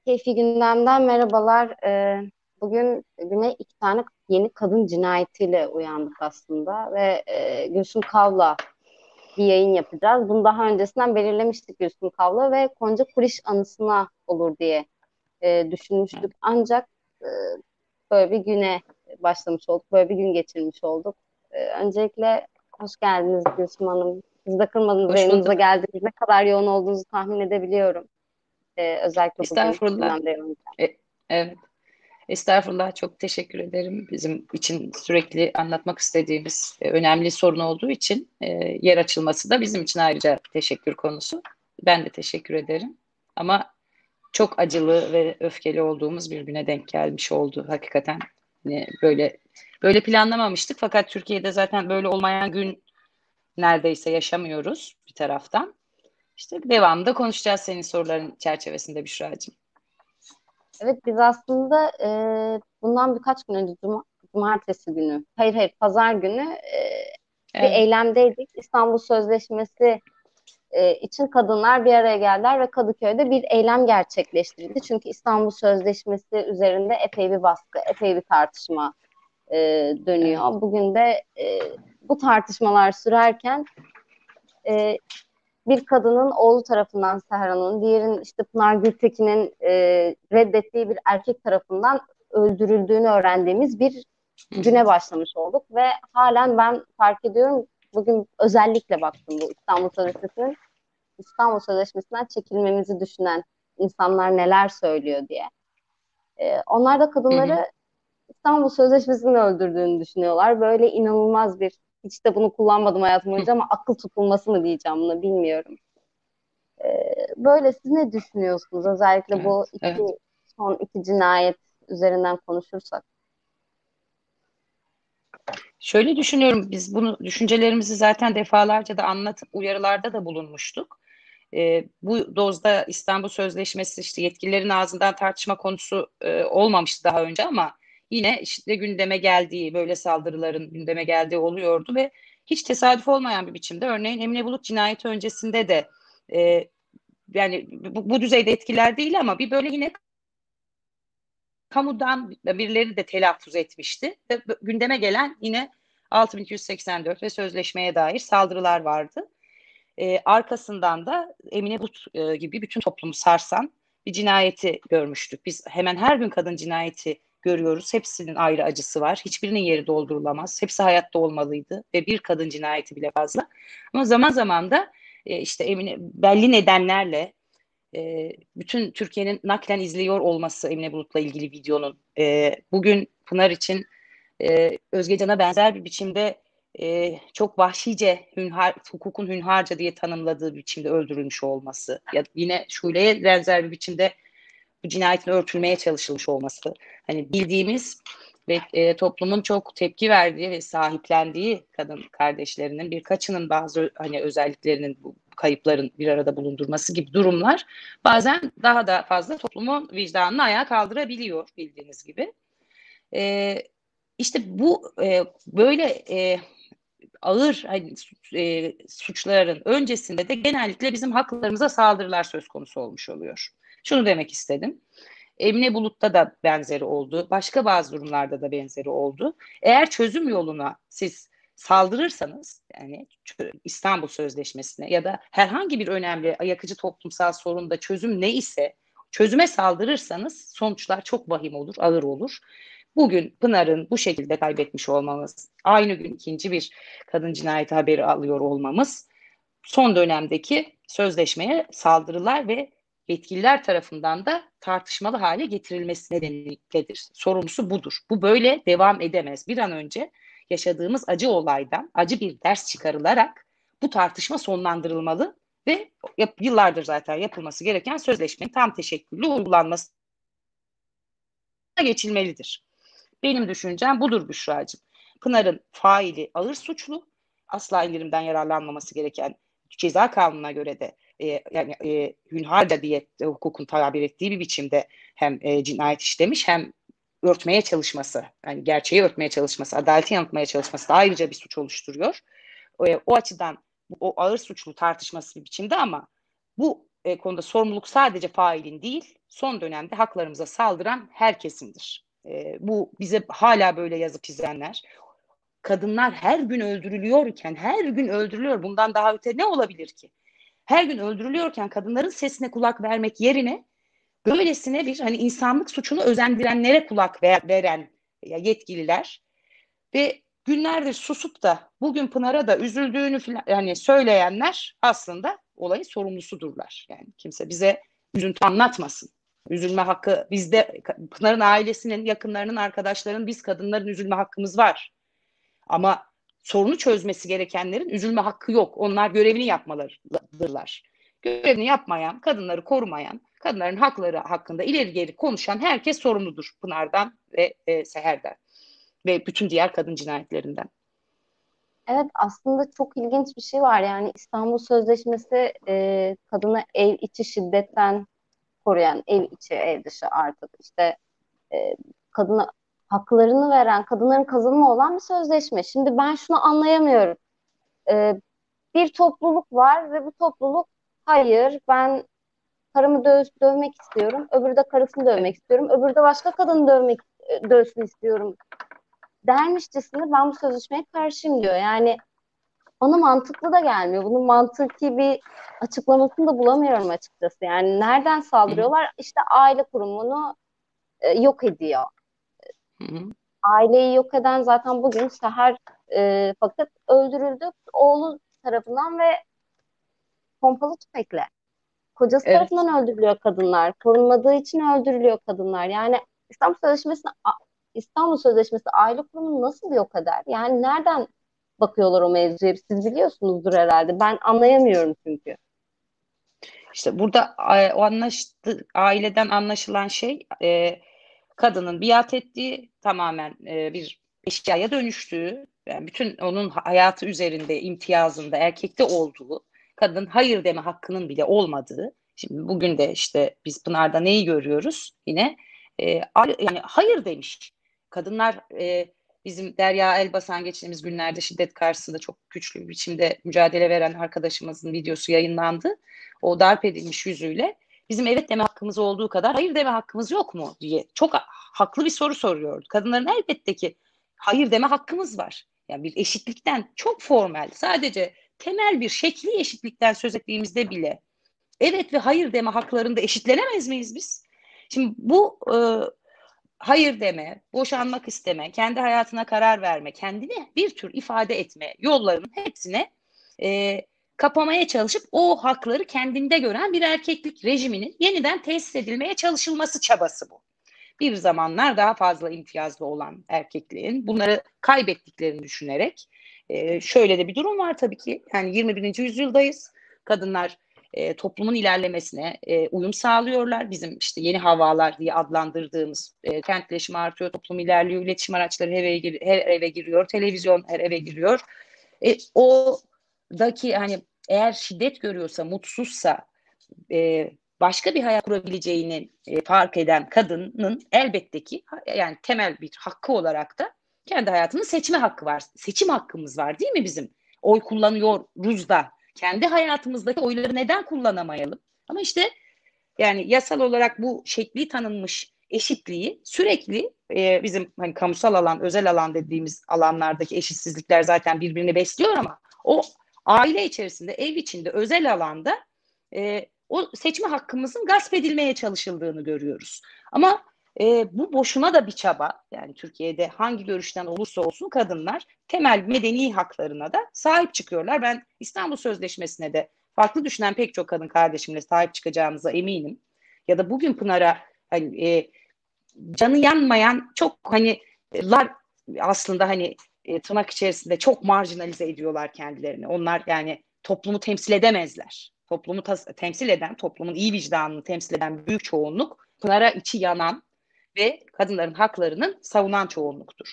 Keyfi Gündem'den merhabalar. Bugün güne iki tane yeni kadın cinayetiyle uyandık aslında ve Gülsüm Kav'la bir yayın yapacağız. Bunu daha öncesinden belirlemiştik Gülsüm Kav'la ve Gonca Kuriş anısına olur diye düşünmüştük. Ancak e, böyle bir güne başlamış olduk, böyle bir gün geçirmiş olduk. Öncelikle hoş geldiniz Gülsüm Hanım. Siz de kırmadınız, Hoş yayınımıza bulduk. geldiğiniz ne kadar yoğun olduğunuzu tahmin edebiliyorum. Özellikle bugün Estağfurullah. gündemde yoğun. E, evet, estağfurullah. Çok teşekkür ederim. Bizim için sürekli anlatmak istediğimiz önemli sorun olduğu için yer açılması da bizim için ayrıca teşekkür konusu. Ben de teşekkür ederim. Ama çok acılı ve öfkeli olduğumuz bir güne denk gelmiş oldu hakikaten. Böyle planlamamıştık fakat Türkiye'de zaten böyle olmayan gün neredeyse yaşamıyoruz bir taraftan. İşte devamında konuşacağız senin soruların çerçevesinde Büşra'cığım. Evet, biz aslında bundan birkaç gün önce cumartesi günü, hayır pazar günü bir Evet. eylemdeydik. İstanbul Sözleşmesi için kadınlar bir araya geldiler ve Kadıköy'de bir eylem gerçekleştirildi. Çünkü İstanbul Sözleşmesi üzerinde epey bir baskı, epey bir tartışma e, Evet. dönüyor. Bugün de bu tartışmalar sürerken e, bir kadının oğlu tarafından Serhan'ın, diğerinin işte Pınar Gültekin'in reddettiği bir erkek tarafından öldürüldüğünü öğrendiğimiz bir Hı hı. güne başlamış olduk ve halen ben fark ediyorum, bugün özellikle baktım bu İstanbul Sözleşmesi'nden çekilmemizi düşünen insanlar neler söylüyor diye. Onlar da Hı hı. kadınları İstanbul Sözleşmesi'nin öldürdüğünü düşünüyorlar. Böyle inanılmaz bir, hiç de bunu kullanmadım hayatım boyunca ama akıl tutulması mı diyeceğim bunu bilmiyorum. Böyle siz ne düşünüyorsunuz? Özellikle Evet. bu Evet. son iki cinayet üzerinden konuşursak. Şöyle düşünüyorum, biz bunu düşüncelerimizi zaten defalarca da anlatıp uyarılarda da bulunmuştuk. Bu dozda İstanbul Sözleşmesi işte yetkililerin ağzından tartışma konusu olmamıştı daha önce ama yine işte gündeme geldiği, böyle saldırıların gündeme geldiği oluyordu ve hiç tesadüf olmayan bir biçimde örneğin Emine Bulut cinayeti öncesinde de e, yani bu düzeyde etkiler değil ama bir böyle yine kamudan birileri de telaffuz etmişti. Ve gündeme gelen yine 6284 ve sözleşmeye dair saldırılar vardı. Arkasından da Emine Bulut gibi bütün toplumu sarsan bir cinayeti görmüştük. Biz hemen her gün kadın cinayeti görüyoruz. Hepsinin ayrı acısı var. Hiçbirinin yeri doldurulamaz. Hepsi hayatta olmalıydı ve bir kadın cinayeti bile fazla. Ama zaman zaman da işte Emine belli nedenlerle bütün Türkiye'nin naklen izliyor olması Emine Bulut'la ilgili videonun bugün Pınar için Özge Can'a benzer bir biçimde çok vahşice hukukun hünharca diye tanımladığı bir biçimde öldürülmüş olması ya yine Şule'ye benzer bir biçimde bu cinayetin örtülmeye çalışılmış olması. Hani bildiğimiz ve toplumun çok tepki verdiği ve sahiplendiği kadın kardeşlerinin birkaçının bazı hani özelliklerinin bu kayıpların bir arada bulundurması gibi durumlar bazen daha da fazla toplumun vicdanını ayağa kaldırabiliyor bildiğiniz gibi. E, işte bu böyle ağır hani, suçların öncesinde de genellikle bizim haklarımıza saldırılar söz konusu olmuş oluyor. Şunu demek istedim. Emine Bulut'ta da benzeri oldu. Başka bazı durumlarda da benzeri oldu. Eğer çözüm yoluna siz saldırırsanız yani İstanbul Sözleşmesi'ne ya da herhangi bir önemli yakıcı toplumsal sorunda çözüm ne ise çözüme saldırırsanız sonuçlar çok vahim olur, ağır olur. Bugün Pınar'ın bu şekilde kaybetmiş olmamız, aynı gün ikinci bir kadın cinayeti haberi alıyor olmamız, son dönemdeki sözleşmeye saldırılar ve yetkililer tarafından da tartışmalı hale getirilmesi nedeniyledir. Sorumlusu budur. Bu böyle devam edemez. Bir an önce yaşadığımız acı olaydan acı bir ders çıkarılarak bu tartışma sonlandırılmalı ve yıllardır zaten yapılması gereken sözleşmenin tam teşekküllü uygulanmasına geçilmelidir. Benim düşüncem budur Büşra'cığım. Pınar'ın faili ağır suçlu, asla indirimden yararlanmaması gereken ceza kanununa göre de yani hünharca diye hukukun tabir ettiği bir biçimde hem cinayet işlemiş hem örtmeye çalışması, yani gerçeği örtmeye çalışması, adaleti yanıltmaya çalışması da ayrıca bir suç oluşturuyor. O açıdan o ağır suçlu tartışması bir biçimde ama bu konuda sorumluluk sadece failin değil, son dönemde haklarımıza saldıran herkesindir. Bu bize hala böyle yazıp çizenler. Kadınlar her gün öldürülüyorken, her gün öldürülüyor. Bundan daha öte ne olabilir ki? Her gün öldürülüyorken kadınların sesine kulak vermek yerine böylesine bir hani insanlık suçunu özendirenlere kulak veren yetkililer ve günlerdir susup da bugün Pınar'a da üzüldüğünü falan, yani söyleyenler aslında olayın sorumlusudurlar. Yani kimse bize üzüntü anlatmasın. Üzülme hakkı bizde, Pınar'ın ailesinin, yakınlarının, arkadaşlarının, biz kadınların üzülme hakkımız var. Ama sorunu çözmesi gerekenlerin üzülme hakkı yok. Onlar görevini yapmalıdırlar. Görevini yapmayan, kadınları korumayan, kadınların hakları hakkında ileri geri konuşan herkes sorumludur Pınar'dan ve Seher'den ve bütün diğer kadın cinayetlerinden. Evet, aslında çok ilginç bir şey var. Yani İstanbul Sözleşmesi kadını ev içi şiddetten koruyan, ev içi, ev dışı artık işte kadına haklarını veren, kadınların kazanımı olan bir sözleşme. Şimdi ben şunu anlayamıyorum. E, Bir topluluk var ve bu topluluk hayır ben karımı dövmek istiyorum. Öbürü de karısını dövmek istiyorum. Öbürü de başka kadını dövsün istiyorum dermişçesine ben bu sözleşmeye karşıyım diyor. Yani bana mantıklı da gelmiyor. Bunun mantıki bir açıklamasını da bulamıyorum açıkçası. Yani nereden Hı hı. saldırıyorlar? İşte aile kurumunu yok ediyor. Hı hı. Aileyi yok eden zaten bugün Seher fakat öldürüldü. Oğlu tarafından ve pompalı tüfekle. Kocası Evet. tarafından öldürülüyor kadınlar. Korunmadığı için öldürülüyor kadınlar. Yani İstanbul Sözleşmesi aile kurumunu nasıl yok eder? Yani nereden bakıyorlar o mevzuya? Siz biliyorsunuzdur herhalde. Ben anlayamıyorum çünkü. İşte burada aileden anlaşılan şey kadının biat ettiği, tamamen bir eşyaya dönüştüğü, yani bütün onun hayatı üzerinde imtiyazında erkekte olduğu, kadın hayır deme hakkının bile olmadığı. Şimdi bugün de işte biz Pınar'da neyi görüyoruz? Yine yani hayır demiş. Kadınlar bizim Derya Elbasan geçtiğimiz günlerde şiddet karşısında çok güçlü bir biçimde mücadele veren arkadaşımızın videosu yayınlandı. O darp edilmiş yüzüyle bizim evet deme hakkımız olduğu kadar hayır deme hakkımız yok mu diye çok haklı bir soru soruyordu. Kadınların elbette ki hayır deme hakkımız var. Yani bir eşitlikten çok formel, sadece temel bir şekli eşitlikten söz ettiğimizde bile evet ve hayır deme haklarında eşitlenemez miyiz biz? Şimdi bu hayır deme, boşanmak isteme, kendi hayatına karar verme, kendini bir tür ifade etme yollarının hepsine e, kapamaya çalışıp o hakları kendinde gören bir erkeklik rejiminin yeniden tesis edilmeye çalışılması çabası bu. Bir zamanlar daha fazla imtiyazlı olan erkekliğin bunları kaybettiklerini düşünerek şöyle de bir durum var tabii ki. Yani 21. yüzyıldayız. Kadınlar toplumun ilerlemesine uyum sağlıyorlar. Bizim işte yeni havalar diye adlandırdığımız kentleşme artıyor, toplum ilerliyor, iletişim araçları her eve giriyor, televizyon her eve giriyor. Oradaki hani eğer şiddet görüyorsa, mutsuzsa, başka bir hayat kurabileceğini fark eden kadının elbette ki yani temel bir hakkı olarak da kendi hayatını seçme hakkı var. Seçim hakkımız var değil mi bizim? Oy kullanıyoruz da kendi hayatımızdaki oyları neden kullanamayalım? Ama işte yani yasal olarak bu şekli tanınmış eşitliği sürekli bizim hani kamusal alan, özel alan dediğimiz alanlardaki eşitsizlikler zaten birbirini besliyor ama o aile içerisinde, ev içinde, özel alanda o seçme hakkımızın gasp edilmeye çalışıldığını görüyoruz. Ama bu boşuna da bir çaba. Yani Türkiye'de hangi görüşten olursa olsun kadınlar temel medeni haklarına da sahip çıkıyorlar. Ben İstanbul Sözleşmesi'ne de farklı düşünen pek çok kadın kardeşimle sahip çıkacağımıza eminim. Ya da bugün Pınar'a hani, canı yanmayan çok hani aslında hani tırnak içerisinde çok marjinalize ediyorlar kendilerini. Onlar yani toplumu temsil edemezler. Toplumu temsil eden, toplumun iyi vicdanını temsil eden büyük çoğunluk Pınar'a içi yanan ve kadınların haklarının savunan çoğunluktur.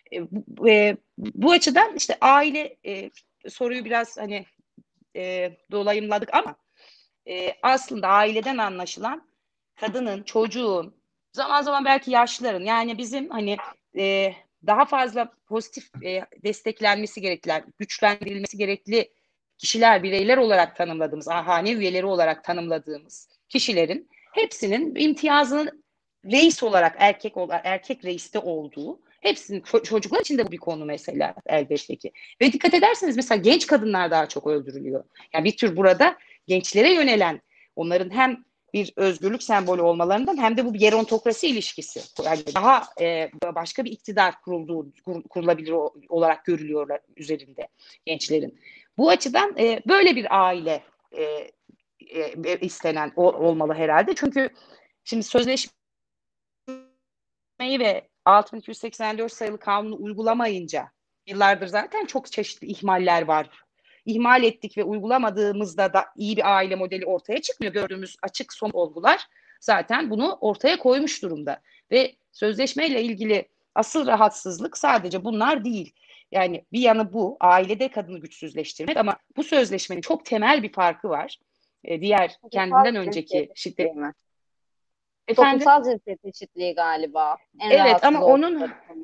Bu açıdan işte aile soruyu biraz hani dolayımladık ama aslında aileden anlaşılan kadının, çocuğun, zaman zaman belki yaşlıların, yani bizim hani daha fazla pozitif desteklenmesi gerekli, güçlendirilmesi gerekli kişiler, bireyler olarak tanımladığımız, hane üyeleri olarak tanımladığımız kişilerin hepsinin imtiyazını reis olarak erkek reiste olduğu, hepsinin çocuklar için de bu bir konu mesela elbette ki. Ve dikkat ederseniz mesela genç kadınlar daha çok öldürülüyor. Yani bir tür burada gençlere yönelen, onların hem bir özgürlük sembolü olmalarından hem de bu bir gerontokrasi ilişkisi. Yani daha başka bir iktidar kurulabilir olarak görülüyorlar üzerinde gençlerin. Bu açıdan böyle bir aile istenen olmalı herhalde. Çünkü şimdi sözleşmeyi ve 6284 sayılı kanunu uygulamayınca yıllardır zaten çok çeşitli ihmaller var. İhmal ettik ve uygulamadığımızda da iyi bir aile modeli ortaya çıkmıyor. Gördüğümüz açık somut olgular zaten bunu ortaya koymuş durumda. Ve sözleşmeyle ilgili asıl rahatsızlık sadece bunlar değil. Yani bir yanı bu, ailede kadını güçsüzleştirmek, ama bu sözleşmenin çok temel bir farkı var. Diğer Toplumsal kendinden cinsiyet önceki eşitliği şiddet. mi? Efendim? Toplumsal cinsiyet eşitliği galiba. En Evet rahatsız ama onun oldukları konu.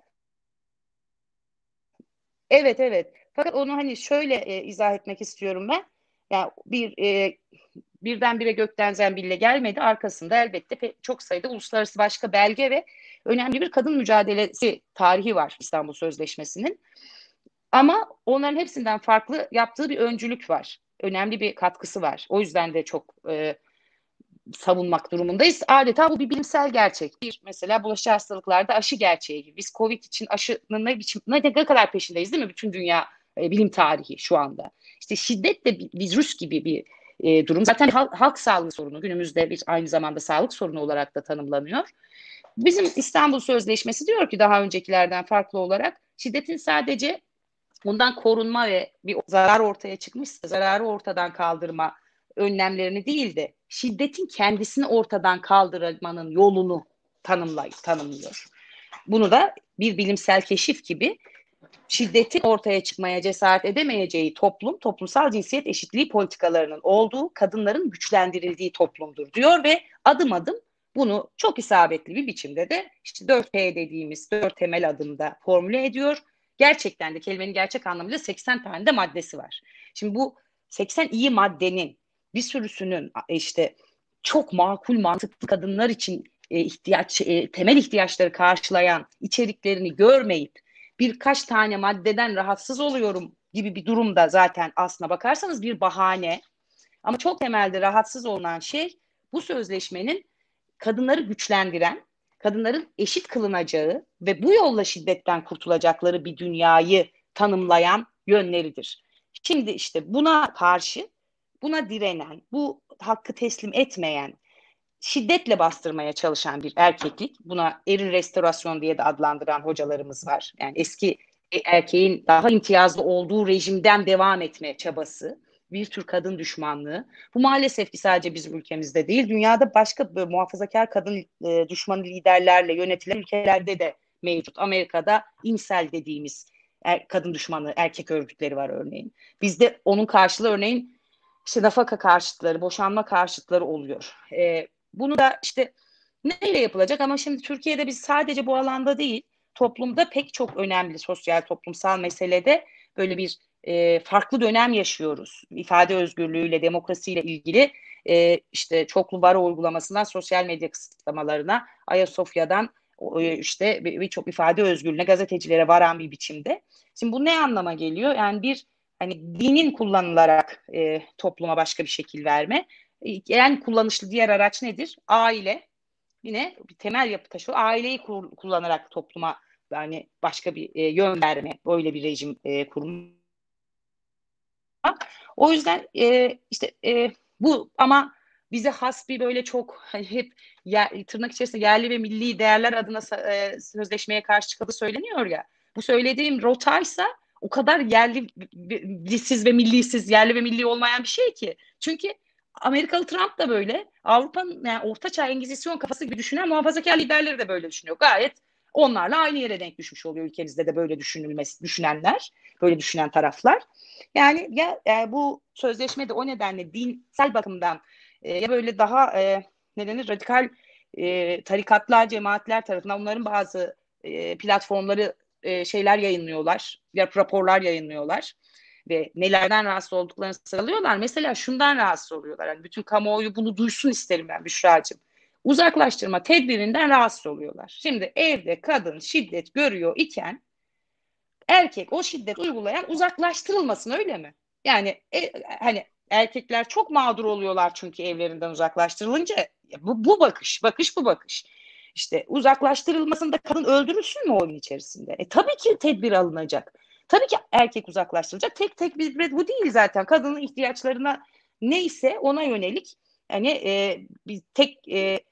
evet. Fakat onu hani şöyle izah etmek istiyorum ben. Yani birdenbire gökten zembille gelmedi. Arkasında elbette çok sayıda uluslararası başka belge ve önemli bir kadın mücadelesi tarihi var İstanbul Sözleşmesi'nin. Ama onların hepsinden farklı yaptığı bir öncülük var. Önemli bir katkısı var. O yüzden de çok savunmak durumundayız. Adeta bu bir bilimsel gerçek. Bir mesela bulaşıcı hastalıklarda aşı gerçeği gibi. Biz Covid için aşının ne kadar peşindeyiz değil mi? Bütün dünya bilim tarihi şu anda. İşte şiddet de virüs gibi bir durum. Zaten halk sağlığı sorunu günümüzde bir aynı zamanda sağlık sorunu olarak da tanımlanıyor. Bizim İstanbul Sözleşmesi diyor ki daha öncekilerden farklı olarak şiddetin sadece bundan korunma ve bir zarar ortaya çıkmışsa zararı ortadan kaldırma önlemlerini değil de şiddetin kendisini ortadan kaldırmanın yolunu tanımlıyor. Bunu da bir bilimsel keşif gibi şiddetin ortaya çıkmaya cesaret edemeyeceği toplumsal cinsiyet eşitliği politikalarının olduğu, kadınların güçlendirildiği toplumdur diyor ve adım adım bunu çok isabetli bir biçimde de işte 4P dediğimiz 4 temel adımda formüle ediyor. Gerçekten de kelimenin gerçek anlamıyla 80 tane de maddesi var. Şimdi bu 80 iyi maddenin bir sürüsünün işte çok makul mantıklı kadınlar için temel ihtiyaçları karşılayan içeriklerini görmeyip birkaç tane maddeden rahatsız oluyorum gibi bir durumda zaten aslına bakarsanız bir bahane. Ama çok temelde rahatsız olunan şey bu sözleşmenin kadınları güçlendiren, kadınların eşit kılınacağı ve bu yolla şiddetten kurtulacakları bir dünyayı tanımlayan yönleridir. Şimdi işte buna karşı, buna direnen, bu hakkı teslim etmeyen, şiddetle bastırmaya çalışan bir erkeklik. Buna eril restorasyon diye de adlandıran hocalarımız var. Yani eski erkeğin daha imtiyazlı olduğu rejimden devam etme çabası, bir tür kadın düşmanlığı. Bu maalesef ki sadece bizim ülkemizde değil, dünyada başka muhafazakar kadın düşmanı liderlerle yönetilen ülkelerde de mevcut. Amerika'da incel dediğimiz kadın düşmanı erkek örgütleri var örneğin. Bizde onun karşılığı örneğin işte nafaka karşıtları, boşanma karşıtları oluyor. Bunu da işte neyle yapılacak? Ama şimdi Türkiye'de biz sadece bu alanda değil, toplumda pek çok önemli sosyal toplumsal meselede böyle bir farklı dönem yaşıyoruz. İfade özgürlüğüyle, demokrasiyle ilgili işte çoklu baro uygulamasından sosyal medya kısıtlamalarına, Ayasofya'dan işte birçok ifade özgürlüğüne, gazetecilere varan bir biçimde. Şimdi bu ne anlama geliyor? Yani bir hani dinin kullanılarak topluma başka bir şekil verme. En kullanışlı diğer araç nedir? Aile. Yine bir temel yapı taşı. Aileyi kullanarak topluma yani başka bir yön verme, böyle bir rejim kurma. O yüzden işte bu ama bize has bir böyle çok hani hep tırnak içerisinde yerli ve milli değerler adına sözleşmeye karşı çıkıldığı söyleniyor ya. Bu söylediğim rotaysa o kadar yerlisiz ve millisiz, yerli ve milli olmayan bir şey ki. Çünkü Amerikalı Trump da böyle, Avrupa'nın yani ortaçağ Engizisyon kafası gibi düşünen muhafazakar liderleri de böyle düşünüyor. Gayet onlarla aynı yere denk düşmüş oluyor ülkemizde de böyle düşünenler, böyle düşünen taraflar. Yani ya bu sözleşme de o nedenle dinsel bakımdan ya böyle daha ne denir radikal tarikatlar, cemaatler tarafından onların bazı platformları şeyler yayınlıyorlar, raporlar yayınlıyorlar ve nelerden rahatsız olduklarını sıralıyorlar. Mesela şundan rahatsız oluyorlar. Yani bütün kamuoyu bunu duysun isterim ben Büşra'cığım. Uzaklaştırma tedbirinden rahatsız oluyorlar. Şimdi evde kadın şiddet görüyor iken erkek o şiddet uygulayan uzaklaştırılmasın, öyle mi? Yani hani erkekler çok mağdur oluyorlar çünkü evlerinden uzaklaştırılınca bu bakış bu bakış. İşte uzaklaştırılmasında kadın öldürülsün mü oyun içerisinde? Tabii ki tedbir alınacak. Tabii ki erkek uzaklaştırılacak. Tek bir bu değil zaten. Kadının ihtiyaçlarına neyse ona yönelik hani bir tek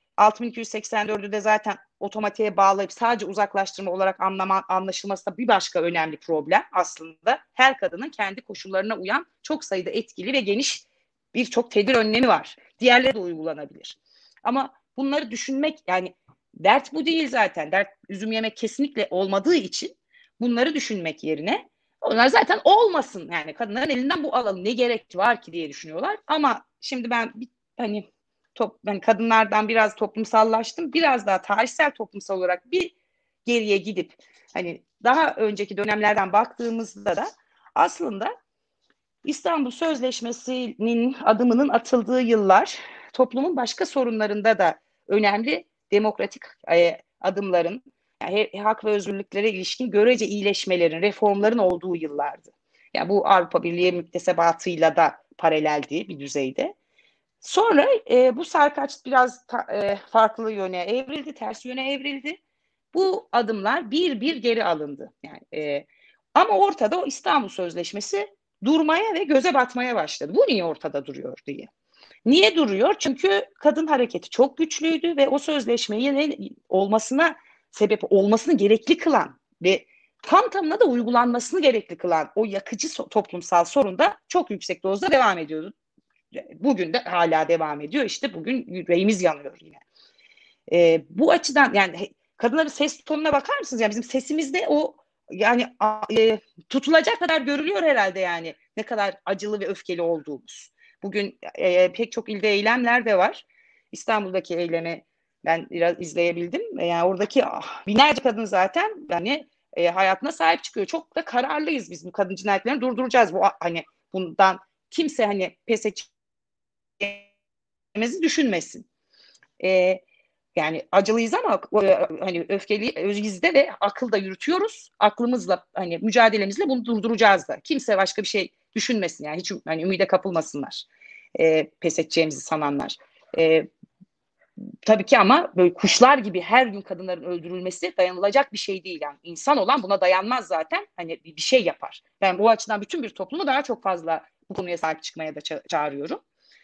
6284'ü de zaten otomatiğe bağlayıp sadece uzaklaştırma olarak anlaşılması da bir başka önemli problem aslında. Her kadının kendi koşullarına uyan çok sayıda etkili ve geniş birçok tedbir önlemi var. Diğerleri de uygulanabilir. Ama bunları düşünmek, yani dert bu değil zaten. Dert üzüm yemek kesinlikle olmadığı için bunları düşünmek yerine onlar zaten olmasın. Yani kadınların elinden bu alalım, ne gerek var ki diye düşünüyorlar. Ama şimdi ben hani kadınlardan biraz toplumsallaştım. Biraz daha tarihsel toplumsal olarak bir geriye gidip hani daha önceki dönemlerden baktığımızda da aslında İstanbul Sözleşmesi'nin adımının atıldığı yıllar toplumun başka sorunlarında da önemli demokratik adımların, yani hak ve özgürlüklere ilişkin görece iyileşmelerin, reformların olduğu yıllardı. Yani bu Avrupa Birliği müktesebatıyla da paraleldi bir düzeyde. Sonra bu sarkaç biraz farklı yöne evrildi, ters yöne evrildi. Bu adımlar bir bir geri alındı. Yani, ama ortada o İstanbul Sözleşmesi durmaya ve göze batmaya başladı. Bu niye ortada duruyor diye. Niye duruyor? Çünkü kadın hareketi çok güçlüydü ve o sözleşmeyi olmasına sebep olmasını gerekli kılan ve tam tamına da uygulanmasını gerekli kılan o yakıcı toplumsal sorun da çok yüksek dozda devam ediyordu. Bugün de hala devam ediyor. İşte bugün yüreğimiz yanıyor yine. Bu açıdan yani kadınların ses tonuna bakar mısınız? Yani bizim sesimizde o yani tutulacak kadar görülüyor herhalde, yani ne kadar acılı ve öfkeli olduğumuz. Bugün pek çok ilde eylemler de var. İstanbul'daki eylemi ben biraz izleyebildim. Yani oradaki binlerce kadın zaten yani hayatına sahip çıkıyor. Çok da kararlıyız biz bu kadın cinayetlerini durduracağız. Bu hani bundan kimse hani pes edeceğimizi düşünmesin. Yani acılıyız ama hani öfkeliyiz de ve akıl da yürütüyoruz. Aklımızla hani mücadelemizle bunu durduracağız da. Kimse başka bir şey düşünmesin, yani hiç hani ümide kapılmasınlar. Pes edeceğimizi sananlar. Tabii ki ama böyle kuşlar gibi her gün kadınların öldürülmesi dayanılacak bir şey değil. Yani insan olan buna dayanmaz zaten. Hani bir şey yapar. Ben bu açıdan bütün bir toplumu daha çok fazla bu konuya sahip çıkmaya da çağırıyorum.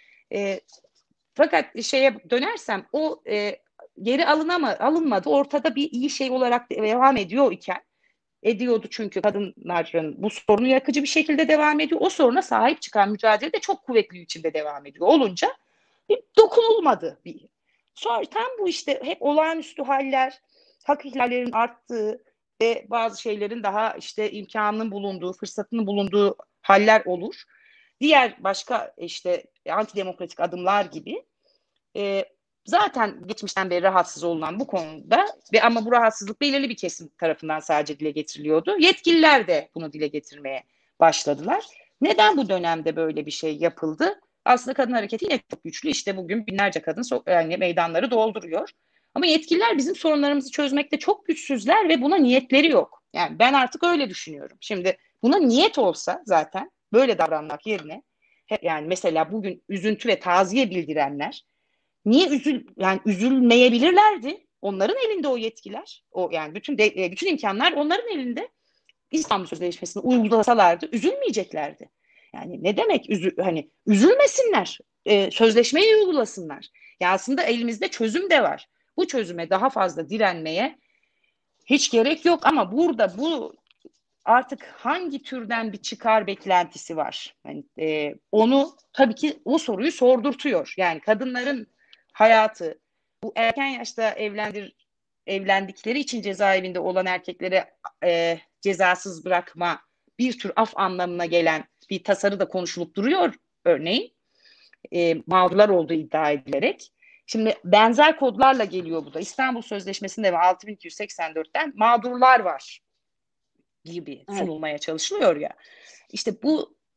Fakat şeye dönersem o geri alınmadı. Ortada bir iyi şey olarak devam ediyor iken ediyordu, çünkü kadınların bu sorunu yakıcı bir şekilde devam ediyor. O soruna sahip çıkan mücadele de çok kuvvetli içinde devam ediyor. Olunca bir dokunulmadı. Sonra tam bu işte hep olağanüstü haller, hak ihlallerinin arttığı ve bazı şeylerin daha işte imkanının bulunduğu, fırsatının bulunduğu haller olur. Diğer başka işte antidemokratik adımlar gibi e, zaten geçmişten beri rahatsız olunan bu konuda ve ama bu rahatsızlık belirli bir kesim tarafından sadece dile getiriliyordu. Yetkililer de bunu dile getirmeye başladılar. Neden bu dönemde böyle bir şey yapıldı? Aslında kadın hareketi yine çok güçlü. İşte bugün binlerce kadın yani meydanları dolduruyor. Ama yetkililer bizim sorunlarımızı çözmekte çok güçsüzler ve buna niyetleri yok. Yani ben artık öyle düşünüyorum. Şimdi buna niyet olsa zaten böyle davranmak yerine yani mesela bugün üzüntü ve taziye bildirenler niye yani üzülmeyebilirlerdi? Onların elinde o yetkiler. O yani bütün imkanlar onların elinde. İstanbul Sözleşmesi'ni uygulasalardı üzülmeyeceklerdi. Yani ne demek hani üzülmesinler. Sözleşmeyi uygulasınlar. Ya aslında elimizde çözüm de var. Bu çözüme daha fazla direnmeye hiç gerek yok ama burada bu artık hangi türden bir çıkar beklentisi var? Yani, onu tabii ki o soruyu sordurtuyor. Yani kadınların hayatı, bu erken yaşta evlendikleri için cezaevinde olan erkeklere cezasız bırakma, bir tür af anlamına gelen bir tasarı da konuşulup duruyor örneğin. Mağdurlar olduğu iddia edilerek. Şimdi benzer kodlarla geliyor bu da. İstanbul Sözleşmesi'nde ve 6284'ten mağdurlar var gibi Evet. sunulmaya çalışılıyor ya. İşte bu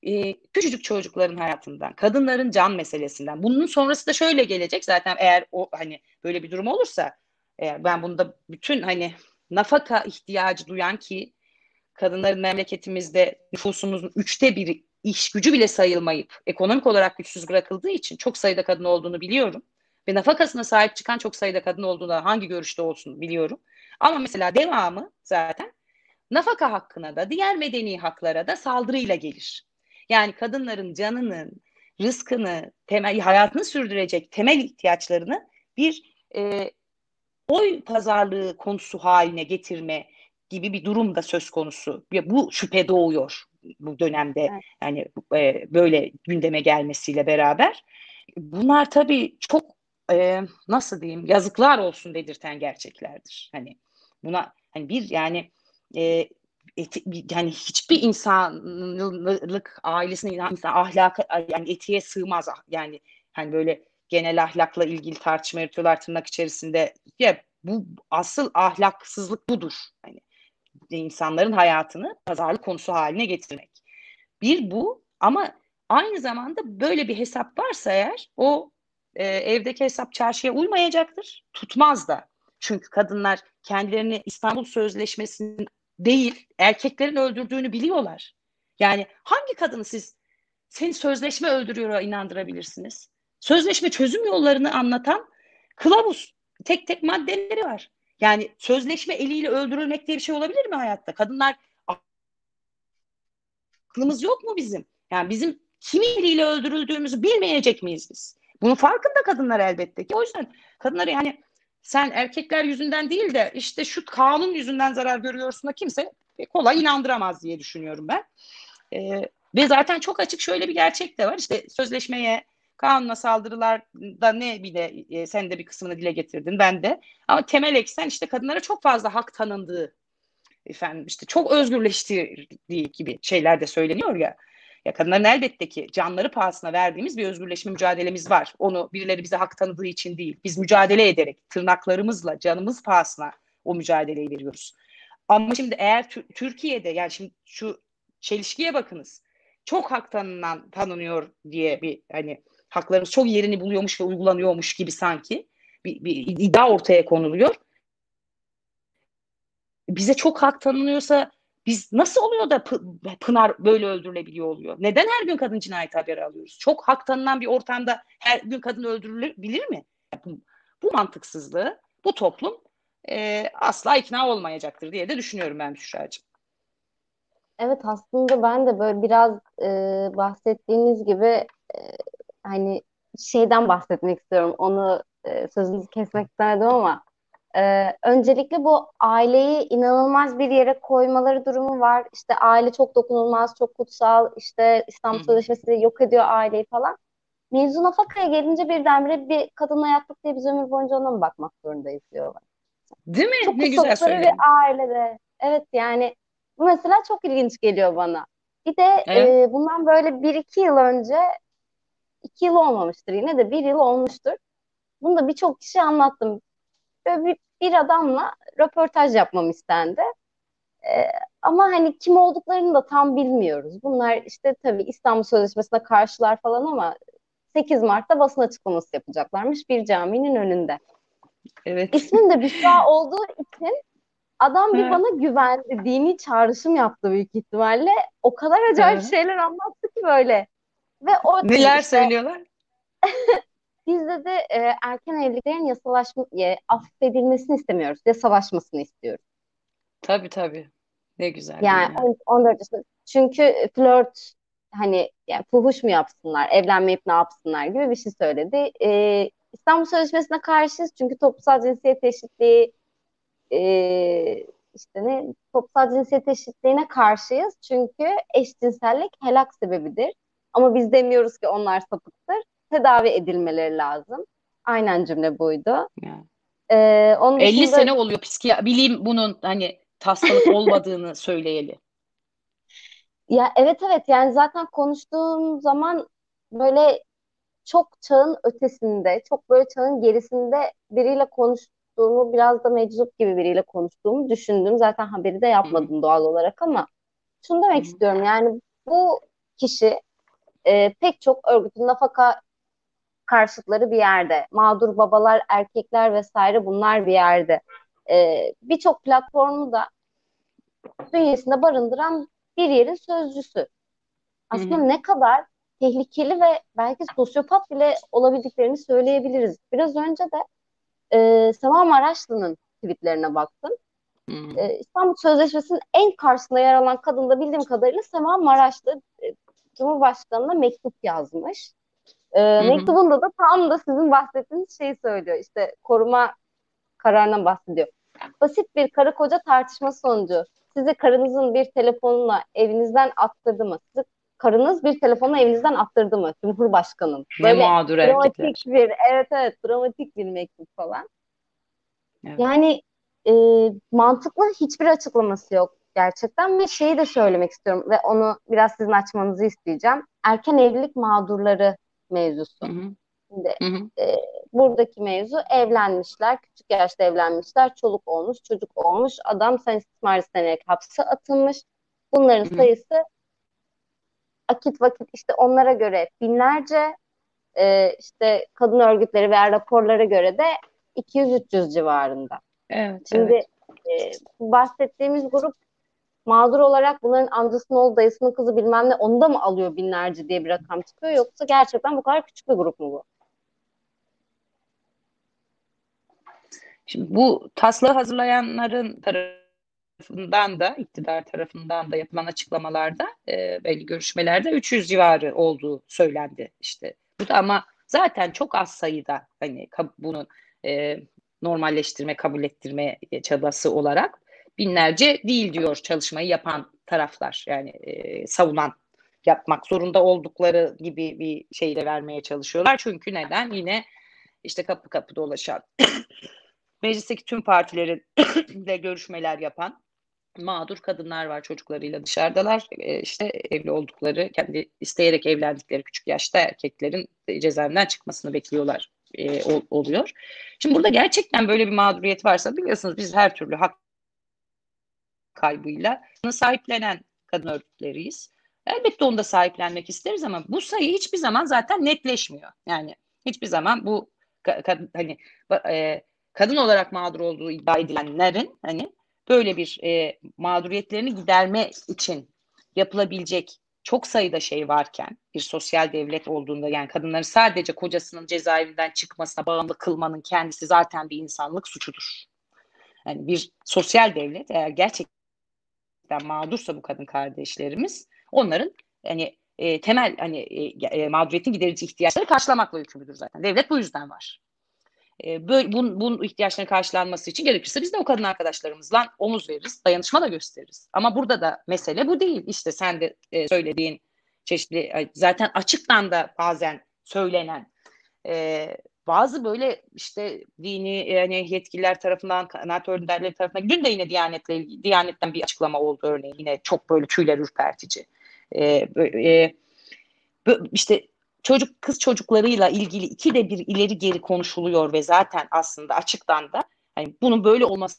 küçücük çocukların hayatından, kadınların can meselesinden. Bunun sonrası da şöyle gelecek zaten, eğer o hani böyle bir durum olursa, ben bunda bütün hani nafaka ihtiyacı duyan, ki kadınların memleketimizde nüfusumuzun 1/3 iş gücü bile sayılmayıp ekonomik olarak güçsüz bırakıldığı için çok sayıda kadın olduğunu biliyorum. Ve nafakasına sahip çıkan çok sayıda kadın olduğunu, hangi görüşte olsun, biliyorum. Ama mesela devamı zaten nafaka hakkına da diğer medeni haklara da saldırıyla gelir. Yani kadınların canının, rızkını, temel hayatını sürdürecek temel ihtiyaçlarını bir oy pazarlığı konusu haline getirme gibi bir durum da söz konusu. Bu şüphe doğuyor bu dönemde, Evet. yani böyle gündeme gelmesiyle beraber. Bunlar tabii çok nasıl diyeyim, yazıklar olsun dedirten gerçeklerdir. Hani buna hani bir yani e, yani hiçbir insanlık ailesine insan ahlaka, yani etiğe sığmaz. Yani hani böyle genel ahlakla ilgili tartışma yürütüyorlar tırnak içerisinde. Ya bu asıl ahlaksızlık budur. Hani insanların hayatını pazarlık konusu haline getirmek. Bir bu, ama aynı zamanda böyle bir hesap varsa eğer, o evdeki hesap çarşıya uymayacaktır. Tutmaz da. Çünkü kadınlar kendilerini İstanbul Sözleşmesi'nin değil, erkeklerin öldürdüğünü biliyorlar. Yani hangi kadını siz seni sözleşme öldürüyor'a inandırabilirsiniz? Sözleşme çözüm yollarını anlatan kılavuz, tek tek maddeleri var. Yani sözleşme eliyle öldürülmek diye bir şey olabilir mi hayatta? Kadınlar, aklımız yok mu bizim? Yani bizim kimin eliyle öldürüldüğümüzü bilmeyecek miyiz biz? Bunun farkında kadınlar elbette ki. O yüzden kadınları, yani sen erkekler yüzünden değil de işte şu kanun yüzünden zarar görüyorsun da kimse kolay inandıramaz diye düşünüyorum ben. Ve zaten çok açık şöyle bir gerçek de var. İşte sözleşmeye, kanuna saldırılarda ne bile, sen de bir kısmını dile getirdin, ben de. Ama temel eksen işte kadınlara çok fazla hak tanındığı, efendim işte çok özgürleştirdiği gibi şeyler de söyleniyor ya. Ya kadınların elbette ki canları pahasına verdiğimiz bir özgürleşme mücadelemiz var. Onu birileri bize hak tanıdığı için değil. Biz mücadele ederek, tırnaklarımızla, canımız pahasına o mücadeleyi veriyoruz. Ama şimdi eğer Türkiye'de, yani şimdi şu çelişkiye bakınız. Çok hak tanınıyor diye bir, hani haklarımız çok yerini buluyormuş ve uygulanıyormuş gibi sanki bir iddia ortaya konuluyor. Bize çok hak tanınıyorsa biz nasıl oluyor da Pınar böyle öldürülebiliyor oluyor? Neden her gün kadın cinayeti haberi alıyoruz? Çok hak tanınan bir ortamda her gün kadın öldürülebilir mi? Bu mantıksızlığı bu toplum asla ikna olmayacaktır diye de düşünüyorum ben Büşra'cığım. Evet, aslında ben de böyle biraz bahsettiğiniz gibi hani şeyden bahsetmek istiyorum. Onu sözünüzü kesmek istemedim ama öncelikle bu aileyi inanılmaz bir yere koymaları durumu var. İşte aile çok dokunulmaz, çok kutsal. İşte Hı İstanbul hı. Sözleşmesi yok ediyor aileyi falan. Mevzu nafakaya gelince birdenbire bir kadınla yattık diye biz ömür boyunca ona mı bakmak zorundayız diyorlar. Değil mi? Çok Ne güzel kutsadıkları bir söyledin. ailede. Evet, yani bu mesela çok ilginç geliyor bana. Bir de Evet. bundan böyle bir iki yıl önce, 2 yıl olmamıştır, yine de bir yıl olmuştur. Bunu da birçok kişi anlattım. Böyle bir adamla röportaj yapmam istendi. E, Ama hani kim olduklarını da tam bilmiyoruz. Bunlar işte tabii İstanbul Sözleşmesi'ne karşılar falan ama 8 Mart'ta basın açıklaması yapacaklarmış bir caminin önünde. Evet. İsmim de Büşra olduğu için adam bir bana güvendi. Dini çağrışım yaptı büyük ihtimalle. O kadar acayip şeyler anlattı ki böyle. Ve o dedi Neler işte söylüyorlar? bizde de erken evliliklerin affedilmesini istemiyoruz. Yasalaşmasını istiyoruz. Tabii tabii. Ne güzel değil Yani mi? 14 yaşında. Çünkü flört, hani yani fuhuş mu yapsınlar, evlenmeyip ne yapsınlar gibi bir şey söyledi. İstanbul Sözleşmesi'ne karşıyız çünkü toplumsal cinsiyet eşitliği, işte ne, toplumsal cinsiyet eşitliğine karşıyız çünkü eşcinsellik helak sebebidir. Ama biz demiyoruz ki onlar sapıktır. Tedavi edilmeleri lazım. Aynen, cümle buydu. Yani. Onun 50 dışında sene oluyor bilim bunun hani hastalık olmadığını söyleyeli. ya evet, evet, yani zaten konuştuğum zaman böyle çok çağın ötesinde, çok böyle çağın gerisinde biriyle konuştuğumu, biraz da meczup gibi biriyle konuştuğumu düşündüm. Zaten haberi de Hı hı. yapmadım doğal olarak ama şunu Hı demek hı. istiyorum, yani bu kişi pek çok örgütün nafaka karşıtları bir yerde. Mağdur babalar, erkekler vesaire bunlar bir yerde. Birçok platformu da bünyesinde barındıran bir yerin sözcüsü. Hı Aslında hı. ne kadar tehlikeli ve belki sosyopat bile olabildiklerini söyleyebiliriz. Biraz önce de Sema Maraşlı'nın tweetlerine baktım. Hı hı. İstanbul Sözleşmesi'nin en karşısında yer alan kadın da bildiğim kadarıyla Sema Maraşlı. Cumhurbaşkanı'na mektup yazmış. Hı hı. Mektubunda da tam da sizin bahsettiğiniz şeyi söylüyor. İşte koruma kararından bahsediyor. Basit bir karı koca tartışması sonucu sizi karınızın bir telefonuna evinizden attırdı mı? Sizi karınız bir telefonla evinizden attırdı mı? Cumhurbaşkanım. Ne Böyle mağdur dramatik erkekler. bir, evet evet dramatik bir mektup falan. Evet. Yani e, mantıklı hiçbir açıklaması yok gerçekten ve şeyi de söylemek istiyorum ve onu biraz sizin açmanızı isteyeceğim. Erken evlilik mağdurları mevzusu. Hı hı. Şimdi Hı hı. e, buradaki mevzu evlenmişler, küçük yaşta evlenmişler, çoluk olmuş, çocuk olmuş, adam sen istismar istenerek hapse atılmış. Bunların Hı hı. sayısı akit vakit işte onlara göre binlerce, işte kadın örgütleri veya raporlara göre de 200-300 civarında. Evet, Şimdi evet. bu bahsettiğimiz grup mağdur olarak bunların amcasının oğlu, dayısının kızı bilmem ne onu da mı alıyor binlerce diye bir rakam çıkıyor yoksa gerçekten bu kadar küçük bir grup mu bu? Şimdi bu taslağı hazırlayanların tarafından da, iktidar tarafından da yapılan açıklamalarda, belli görüşmelerde 300 civarı olduğu söylendi işte. Bu da ama zaten çok az sayıda hani bunu e, normalleştirme, kabul ettirme çabası olarak binlerce değil diyor çalışmayı yapan taraflar. Yani savunan yapmak zorunda oldukları gibi bir şeyle vermeye çalışıyorlar. Çünkü neden? Yine işte kapı kapı dolaşan meclisteki tüm partilerin de görüşmeler yapan mağdur kadınlar var, çocuklarıyla dışarıdalar. İşte evli oldukları, kendi isteyerek evlendikleri küçük yaşta erkeklerin cezaevinden çıkmasını bekliyorlar oluyor. Şimdi burada gerçekten böyle bir mağduriyet varsa biliyorsunuz biz her türlü hak kaybıyla sahiplenen kadın örgütleriyiz. Elbette onu da sahiplenmek isteriz ama bu sayı hiçbir zaman zaten netleşmiyor. Yani hiçbir zaman bu hani kadın olarak mağdur olduğu iddia edilenlerin hani böyle bir mağduriyetlerini giderme için yapılabilecek çok sayıda şey varken bir sosyal devlet olduğunda yani kadınların sadece kocasının cezaevinden çıkmasına bağımlı kılmanın kendisi zaten bir insanlık suçudur. Yani bir sosyal devlet eğer gerçekten mağdursa bu kadın kardeşlerimiz onların hani temel hani mağduriyetin giderici ihtiyaçları karşılamakla yükümlüdür zaten. Devlet bu yüzden var. Böyle bunun ihtiyaçların karşılanması için gerekirse biz de o kadın arkadaşlarımızla omuz veririz, dayanışma da gösteririz. Ama burada da mesele bu değil. İşte sen de söylediğin çeşitli zaten açıktan da bazen söylenen bazı böyle işte dini yani yetkililer tarafından, kanaat önderleri tarafından dün de yine Diyanet'ten bir açıklama oldu örneğin yine çok böyle tüyler ürpertici. E, işte kız çocuklarıyla ilgili ikide bir ileri geri konuşuluyor ve zaten aslında açıktan da hani bunun böyle olmasının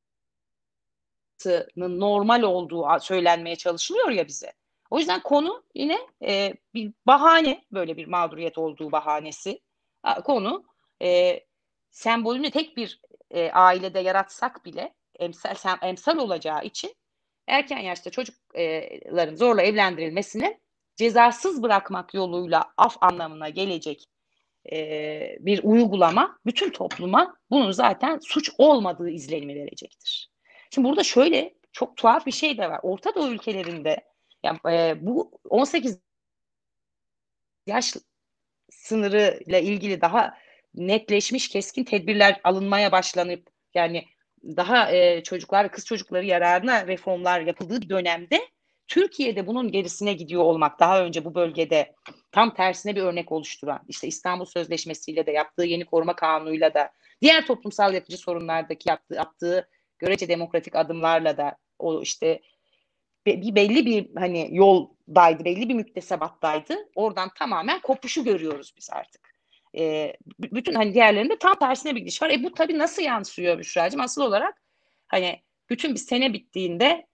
normal olduğu söylenmeye çalışılıyor ya bize. O yüzden konu yine bir bahane böyle bir mağduriyet olduğu bahanesi. Konu e, sembolünü tek bir ailede yaratsak bile emsal olacağı için erken yaşta çocukların zorla evlendirilmesini cezasız bırakmak yoluyla af anlamına gelecek bir uygulama bütün topluma bunun zaten suç olmadığı izlenimi verecektir. Şimdi burada şöyle çok tuhaf bir şey de var. Orta Doğu ülkelerinde yani, bu 18 yaş sınırıyla ilgili daha netleşmiş keskin tedbirler alınmaya başlanıp yani daha çocuklar ve kız çocukları yararına reformlar yapıldığı bir dönemde Türkiye'de bunun gerisine gidiyor olmak daha önce bu bölgede tam tersine bir örnek oluşturan işte İstanbul Sözleşmesi'yle de yaptığı yeni koruma kanunuyla da diğer toplumsal yapıcı sorunlardaki yaptığı görece demokratik adımlarla da o işte belli bir hani yoldaydı, belli bir müktesebattaydı. Oradan tamamen kopuşu görüyoruz biz artık. Bütün hani diğerlerinde tam tersine bir gidiş var. Bu tabii nasıl yansıyor Büşra'cığım? Asıl olarak hani bütün bir sene bittiğinde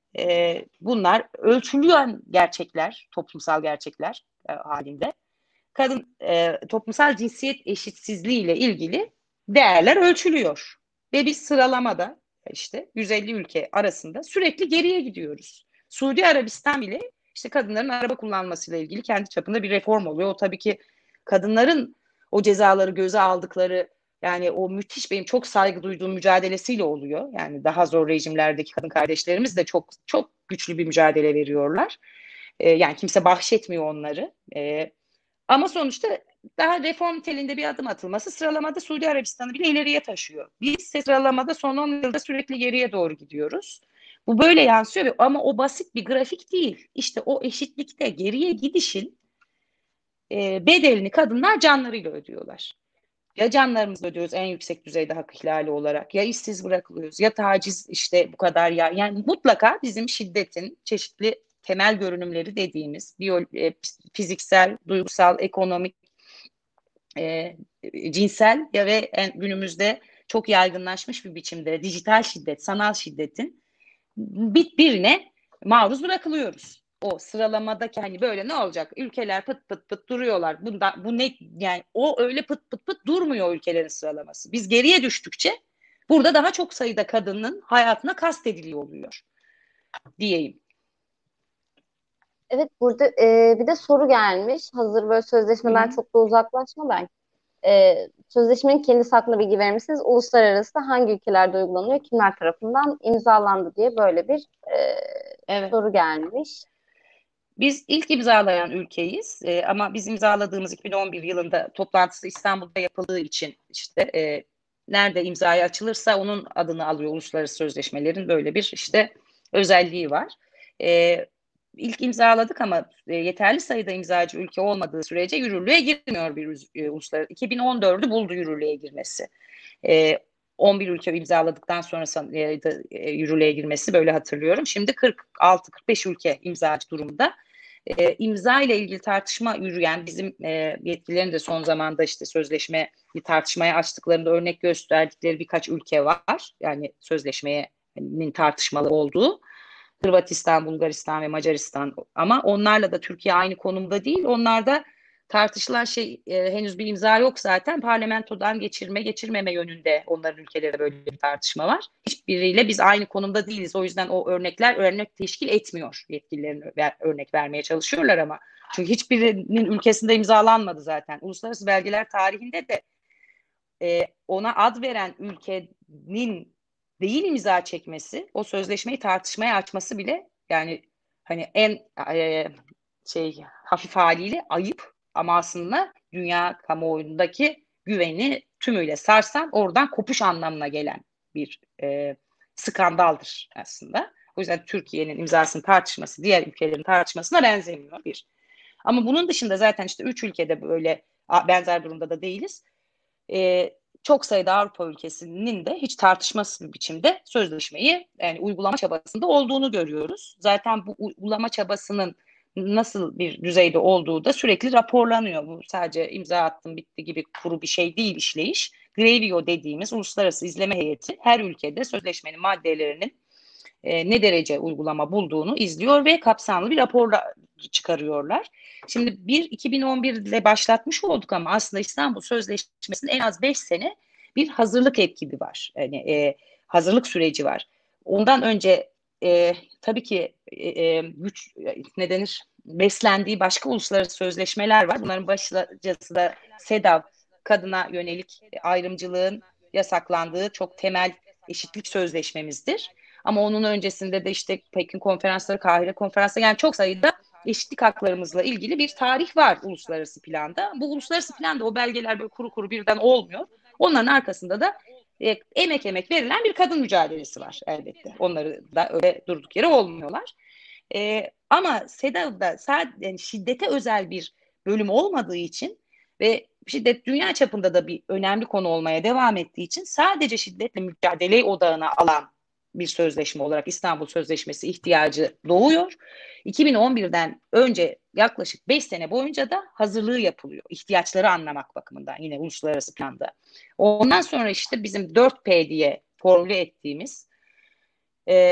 Bunlar ölçülüyen gerçekler, toplumsal gerçekler halinde. Toplumsal cinsiyet eşitsizliği ile ilgili değerler ölçülüyor. Ve biz sıralamada işte 150 ülke arasında sürekli geriye gidiyoruz. Suudi Arabistan bile işte kadınların araba kullanmasıyla ilgili kendi çapında bir reform oluyor. O tabii ki kadınların o cezaları göze aldıkları, yani o müthiş, benim çok saygı duyduğum mücadelesiyle oluyor. Yani daha zor rejimlerdeki kadın kardeşlerimiz de çok çok güçlü bir mücadele veriyorlar. Yani kimse bahşetmiyor onları. Ama sonuçta daha reform telinde bir adım atılması sıralamada Suudi Arabistan'ı bile ileriye taşıyor. Biz sıralamada son 10 yılda sürekli geriye doğru gidiyoruz. Bu böyle yansıyor ama o basit bir grafik değil. İşte o eşitlikte geriye gidişin bedelini kadınlar canlarıyla ödüyorlar. Ya canlarımızla ödüyoruz en yüksek düzeyde hak ihlali olarak, ya işsiz bırakılıyoruz, ya taciz, işte bu kadar ya. Yani mutlaka bizim şiddetin çeşitli temel görünümleri dediğimiz fiziksel, duygusal, ekonomik, cinsel ya ve günümüzde çok yaygınlaşmış bir biçimde dijital şiddet, sanal şiddetin birine maruz bırakılıyoruz. O sıralamadaki hani böyle ne olacak? Ülkeler pıt pıt pıt duruyorlar. Bu ne yani, o öyle pıt pıt pıt durmuyor ülkelerin sıralaması. Biz geriye düştükçe burada daha çok sayıda kadının hayatına kastediliyor oluyor diyeyim. Evet, burada bir de soru gelmiş. Hazır böyle sözleşmeden Hı-hı. çok da uzaklaşmadan. Sözleşmenin kendisi hakkında bilgi verir misiniz? Uluslararası hangi ülkelerde uygulanıyor, kimler tarafından imzalandı diye böyle bir Evet. soru gelmiş. Biz ilk imzalayan ülkeyiz ama biz imzaladığımız 2011 yılında toplantısı İstanbul'da yapıldığı için işte nerede imzaya açılırsa onun adını alıyor. Uluslararası sözleşmelerin böyle bir işte özelliği var. E, ilk imzaladık ama yeterli sayıda imzacı ülke olmadığı sürece yürürlüğe girmiyor bir uluslararası. 2014'ü buldu yürürlüğe girmesi. E, 11 ülke imzaladıktan sonra yürürlüğe girmesi, böyle hatırlıyorum. Şimdi 46-45 ülke imzacı durumda. İmza ile ilgili tartışma yürüyen bizim yetkililerin de son zamanda işte sözleşmeyi tartışmaya açtıklarında örnek gösterdikleri birkaç ülke var. Yani sözleşmenin tartışmalı olduğu. Hırvatistan, Bulgaristan ve Macaristan, ama onlarla da Türkiye aynı konumda değil. Onlarda tartışılan şey henüz bir imza yok zaten. Parlamentodan geçirmeme yönünde onların ülkelerinde böyle bir tartışma var. Hiçbiriyle biz aynı konumda değiliz. O yüzden o örnekler örnek teşkil etmiyor. Yetkililerin örnek vermeye çalışıyorlar ama. Çünkü hiçbirinin ülkesinde imzalanmadı zaten. Uluslararası belgeler tarihinde de ona ad veren ülkenin değil imza çekmesi, o sözleşmeyi tartışmaya açması bile, yani hani en hafif haliyle ayıp, ama aslında dünya kamuoyundaki güveni tümüyle sarsan, oradan kopuş anlamına gelen bir skandaldır aslında. O yüzden Türkiye'nin imzasının tartışması diğer ülkelerin tartışmasına benzemiyor bir. Ama bunun dışında zaten işte 3 ülkede böyle benzer durumda da değiliz. Çok sayıda Avrupa ülkesinin de hiç tartışmasız bir biçimde sözleşmeyi yani uygulama çabasında olduğunu görüyoruz. Zaten bu uygulama çabasının nasıl bir düzeyde olduğu da sürekli raporlanıyor. Bu sadece imza attım bitti gibi kuru bir şey değil işleyiş. Grevio dediğimiz uluslararası izleme heyeti her ülkede sözleşmenin maddelerinin ne derece uygulama bulduğunu izliyor ve kapsamlı bir rapor çıkarıyorlar. Şimdi 2011'de başlatmış olduk ama aslında İstanbul Sözleşmesi'nin en az 5 sene bir hazırlık ekibi var. Yani hazırlık süreci var. Ondan önce tabii ki güç ne denir, beslendiği başka uluslararası sözleşmeler var. Bunların başlıcası da SEDAV, kadına yönelik ayrımcılığın yasaklandığı çok temel eşitlik sözleşmemizdir. Ama onun öncesinde de işte Pekin konferansları, Kahire konferansları, yani çok sayıda eşitlik haklarımızla ilgili bir tarih var uluslararası planda. Bu uluslararası planda o belgeler böyle kuru kuru birden olmuyor. Onların arkasında da emek verilen bir kadın mücadelesi var elbette. Onları da öyle durduk yere olmuyorlar. Ama SEDAV'da sadece yani şiddete özel bir bölüm olmadığı için ve şiddet dünya çapında da bir önemli konu olmaya devam ettiği için sadece şiddetle mücadeleyi odağına alan bir sözleşme olarak İstanbul Sözleşmesi ihtiyacı doğuyor. 2011'den önce yaklaşık 5 sene boyunca da hazırlığı yapılıyor. İhtiyaçları anlamak bakımından yine uluslararası planda. Ondan sonra işte bizim 4P diye formüle ettiğimiz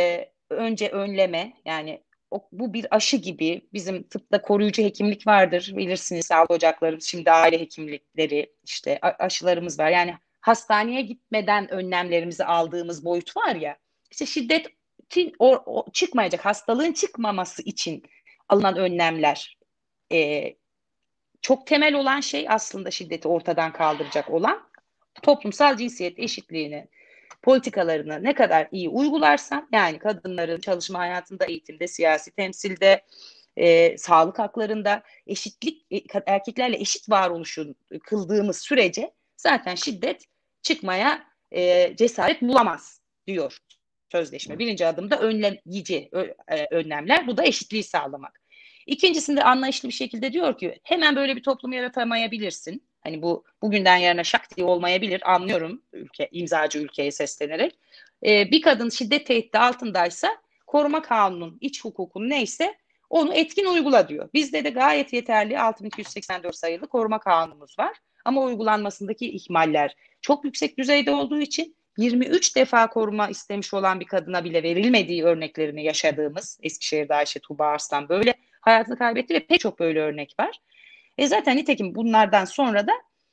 önce önleme, yani bu bir aşı gibi. Bizim tıpta koruyucu hekimlik vardır, bilirsiniz, sağlık ocaklarımız, şimdi aile hekimlikleri, işte aşılarımız var. Yani hastaneye gitmeden önlemlerimizi aldığımız boyut var ya, işte şiddetin çıkmayacak, hastalığın çıkmaması için alınan önlemler, e, çok temel olan şey, aslında şiddeti ortadan kaldıracak olan toplumsal cinsiyet eşitliğini, politikalarını ne kadar iyi uygularsan, yani kadınların çalışma hayatında, eğitimde, siyasi temsilde, sağlık haklarında eşitlik, erkeklerle eşit varoluşu kıldığımız sürece zaten şiddet çıkmaya cesaret bulamaz diyor sözleşme. Birinci adımda önleyici önlemler, bu da eşitliği sağlamak. İkincisinde anlayışlı bir şekilde diyor ki hemen böyle bir toplum yaratamayabilirsin. Hani bu bugünden yarına şak diye olmayabilir, anlıyorum, imzacı ülkeye seslenerek. Bir kadın şiddet tehdidi altındaysa koruma kanunun, iç hukukun neyse onu etkin uygula diyor. Bizde de gayet yeterli 6284 sayılı koruma kanunumuz var. Ama uygulanmasındaki ihmaller çok yüksek düzeyde olduğu için 23 defa koruma istemiş olan bir kadına bile verilmediği örneklerini yaşadığımız, Eskişehir'de Ayşe Tuğba Arslan böyle hayatını kaybetti ve pek çok böyle örnek var. Zaten nitekim bunlardan sonra da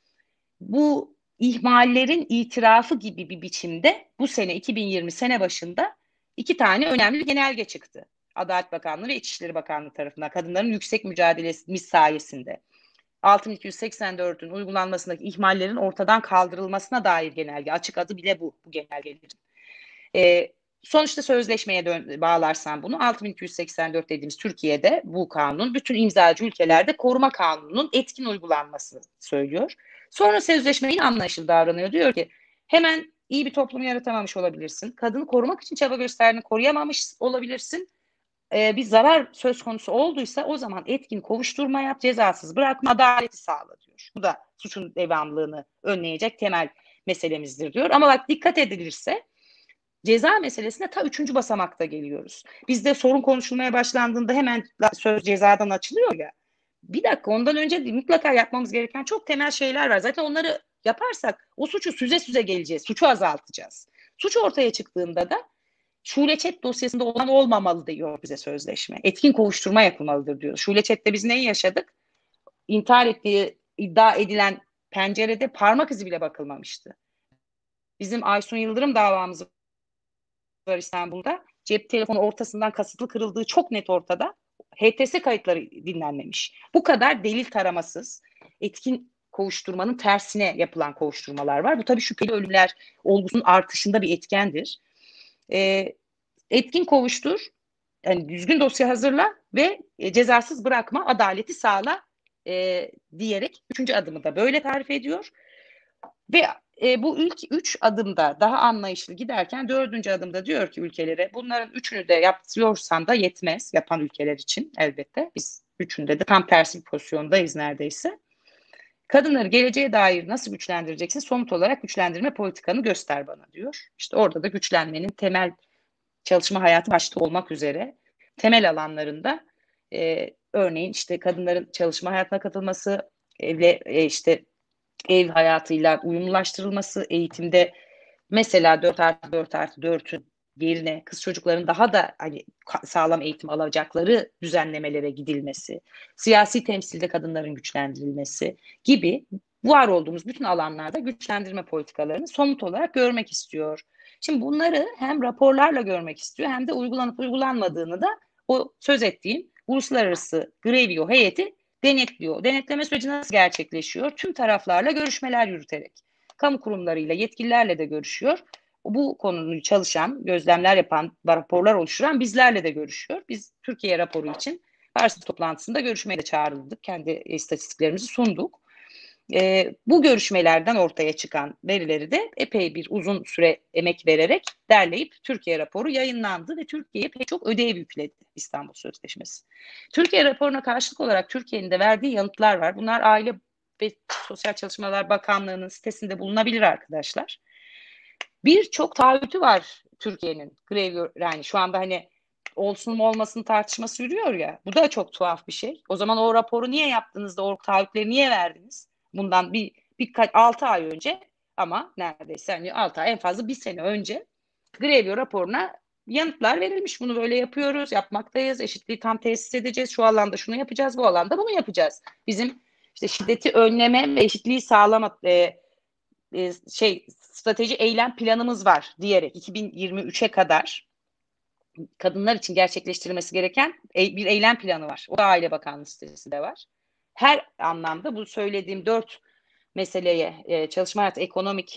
bu ihmallerin itirafı gibi bir biçimde bu sene 2020 sene başında 2 tane önemli genelge çıktı. Adalet Bakanlığı ve İçişleri Bakanlığı tarafından kadınların yüksek mücadelesi sayesinde 6284'ün uygulanmasındaki ihmallerin ortadan kaldırılmasına dair genelge. Açık adı bile bu genelgelerin. Sonuçta sözleşmeye bağlarsan bunu, 6284 dediğimiz Türkiye'de bu kanun bütün imzacı ülkelerde koruma kanununun etkin uygulanmasını söylüyor. Sonra sözleşme yine anlayışlı davranıyor. Diyor ki hemen iyi bir toplum yaratamamış olabilirsin. Kadını korumak için çaba gösterdiğini koruyamamış olabilirsin. Bir zarar söz konusu olduysa o zaman etkin kovuşturma yap, cezasız bırakma, adaleti sağla diyor. Bu da suçun devamlılığını önleyecek temel meselemizdir diyor. Ama bak, dikkat edilirse ceza meselesine ta 3. basamakta geliyoruz. Bizde sorun konuşulmaya başlandığında hemen söz cezadan açılıyor ya. Bir dakika, ondan önce mutlaka yapmamız gereken çok temel şeyler var. Zaten onları yaparsak o suçu süze süze geleceğiz. Suçu azaltacağız. Suç ortaya çıktığında da Şule Çet dosyasında olan olmamalı diyor bize sözleşme. Etkin kovuşturma yapılmalıdır diyor. Şule Çet'te biz neyi yaşadık? İntihar ettiği iddia edilen pencerede parmak izi bile bakılmamıştı. Bizim Aysun Yıldırım davamız var İstanbul'da. Cep telefonu ortasından kasıtlı kırıldığı çok net ortada. HTS kayıtları dinlenmemiş. Bu kadar delil taramasız, etkin kovuşturmanın tersine yapılan kovuşturmalar var. Bu tabii şüpheli ölümler olgusunun artışında bir etkendir. Etkin kovuştur, yani düzgün dosya hazırla ve cezasız bırakma, adaleti sağla diyerek 3. adımı da böyle tarif ediyor. Ve bu ilk 3 adımda daha anlayışlı giderken 4. adımda diyor ki ülkelere, bunların 3'ünü de yapıyorsan da yetmez, yapan ülkeler için elbette. Biz 3'ünde de tam tersi bir pozisyondayız neredeyse. Kadınları geleceğe dair nasıl güçlendireceksin? Somut olarak güçlendirme politikanı göster bana diyor. İşte orada da güçlenmenin temel, çalışma hayatı başta olmak üzere temel alanlarında örneğin işte kadınların çalışma hayatına katılması, işte ev hayatıyla uyumlulaştırılması, eğitimde mesela 4+4+4'ün yerine kız çocukların daha da hani sağlam eğitim alacakları düzenlemelere gidilmesi, siyasi temsilde kadınların güçlendirilmesi gibi var olduğumuz bütün alanlarda güçlendirme politikalarını somut olarak görmek istiyor. Şimdi bunları hem raporlarla görmek istiyor hem de uygulanıp uygulanmadığını da o söz ettiğim uluslararası Grevio heyeti denetliyor. Denetleme süreci nasıl gerçekleşiyor? Tüm taraflarla görüşmeler yürüterek. Kamu kurumlarıyla, yetkililerle de görüşüyor. Bu konuyu çalışan, gözlemler yapan, raporlar oluşturan bizlerle de görüşüyor. Biz Türkiye raporu için Paris toplantısında görüşmeye de çağrıldık. Kendi istatistiklerimizi sunduk. Bu görüşmelerden ortaya çıkan verileri de epey bir uzun süre emek vererek derleyip Türkiye raporu yayınlandı ve Türkiye'ye pek çok ödev yükledi İstanbul Sözleşmesi. Türkiye raporuna karşılık olarak Türkiye'nin de verdiği yanıtlar var. Bunlar Aile ve Sosyal Çalışmalar Bakanlığı'nın sitesinde bulunabilir arkadaşlar. Birçok taahhütü var Türkiye'nin. Yani şu anda hani olsun mu olmasın tartışması yürüyor ya. Bu da çok tuhaf bir şey. O zaman o raporu niye yaptınız da o taahhütleri niye verdiniz? Bundan birkaç 6 ay önce, ama neredeyse hani 6 ay, en fazla bir sene önce Grevio raporuna yanıtlar verilmiş. Bunu böyle yapıyoruz, yapmaktayız, eşitliği tam tesis edeceğiz, şu alanda şunu yapacağız, bu alanda bunu yapacağız. Bizim işte şiddeti önleme ve eşitliği sağlama strateji eylem planımız var diyerek 2023'e kadar kadınlar için gerçekleştirilmesi gereken bir eylem planı var. O da Aile Bakanlığı sitesinde var. Her anlamda bu söylediğim 4 meseleye çalışma hayatı, ekonomik,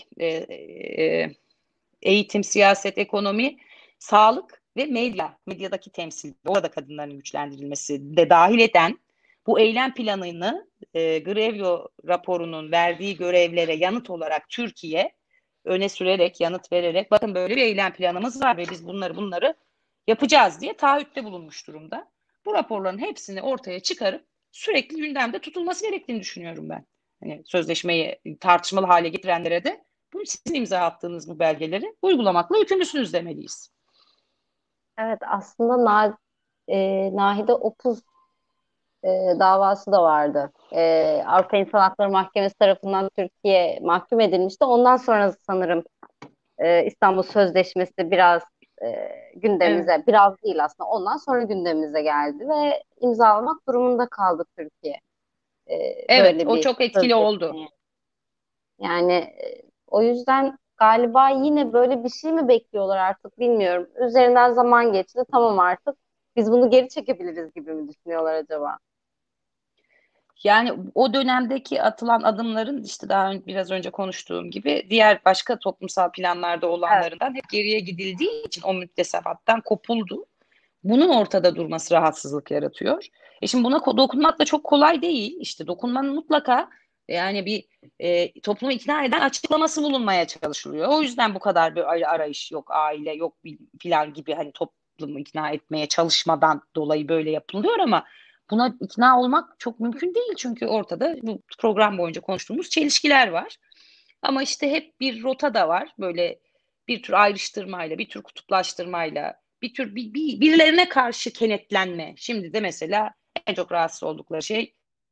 eğitim, siyaset, ekonomi, sağlık ve medyadaki temsil, orada kadınların güçlendirilmesi de dahil eden bu eylem planını Grevio raporunun verdiği görevlere yanıt olarak Türkiye öne sürerek, yanıt vererek bakın böyle bir eylem planımız var ve biz bunları yapacağız diye taahhütte bulunmuş durumda. Bu raporların hepsini ortaya çıkarıp sürekli gündemde tutulması gerektiğini düşünüyorum ben. Hani sözleşmeyi tartışmalı hale getirenlere de bu sizin imza attığınız bu belgeleri uygulamakla yükümlüsünüz demeliyiz. Evet, aslında Nahide Opuz davası da vardı. Avrupa İnsan Hakları Mahkemesi tarafından Türkiye mahkum edilmişti. Ondan sonra sanırım İstanbul Sözleşmesi biraz Evet. gündemimize, biraz değil aslında, ondan sonra gündemimize geldi ve imzalamak durumunda kaldı Türkiye Evet, böyle o bir çok etkili oldu. sözleşmeye. Yani o yüzden galiba yine böyle bir şey mi bekliyorlar artık bilmiyorum. Üzerinden zaman geçti, tamam artık biz bunu geri çekebiliriz gibi mi düşünüyorlar acaba? Yani o dönemdeki atılan adımların işte biraz önce konuştuğum gibi diğer başka toplumsal planlarda Evet. olanlarından hep geriye gidildiği için o müktesebattan kopuldu. Bunun ortada durması rahatsızlık yaratıyor. Şimdi buna dokunmak da çok kolay değil. İşte dokunmanın mutlaka yani bir toplumu ikna eden açıklaması bulunmaya çalışılıyor. O yüzden bu kadar bir arayış yok, aile yok filan gibi hani toplumu ikna etmeye çalışmadan dolayı böyle yapılıyor ama buna ikna olmak çok mümkün değil çünkü ortada bu program boyunca konuştuğumuz çelişkiler var. Ama işte hep bir rota da var. Böyle bir tür ayrıştırmayla, bir tür kutuplaştırmayla, bir tür birilerine karşı kenetlenme. Şimdi de mesela en çok rahatsız oldukları şey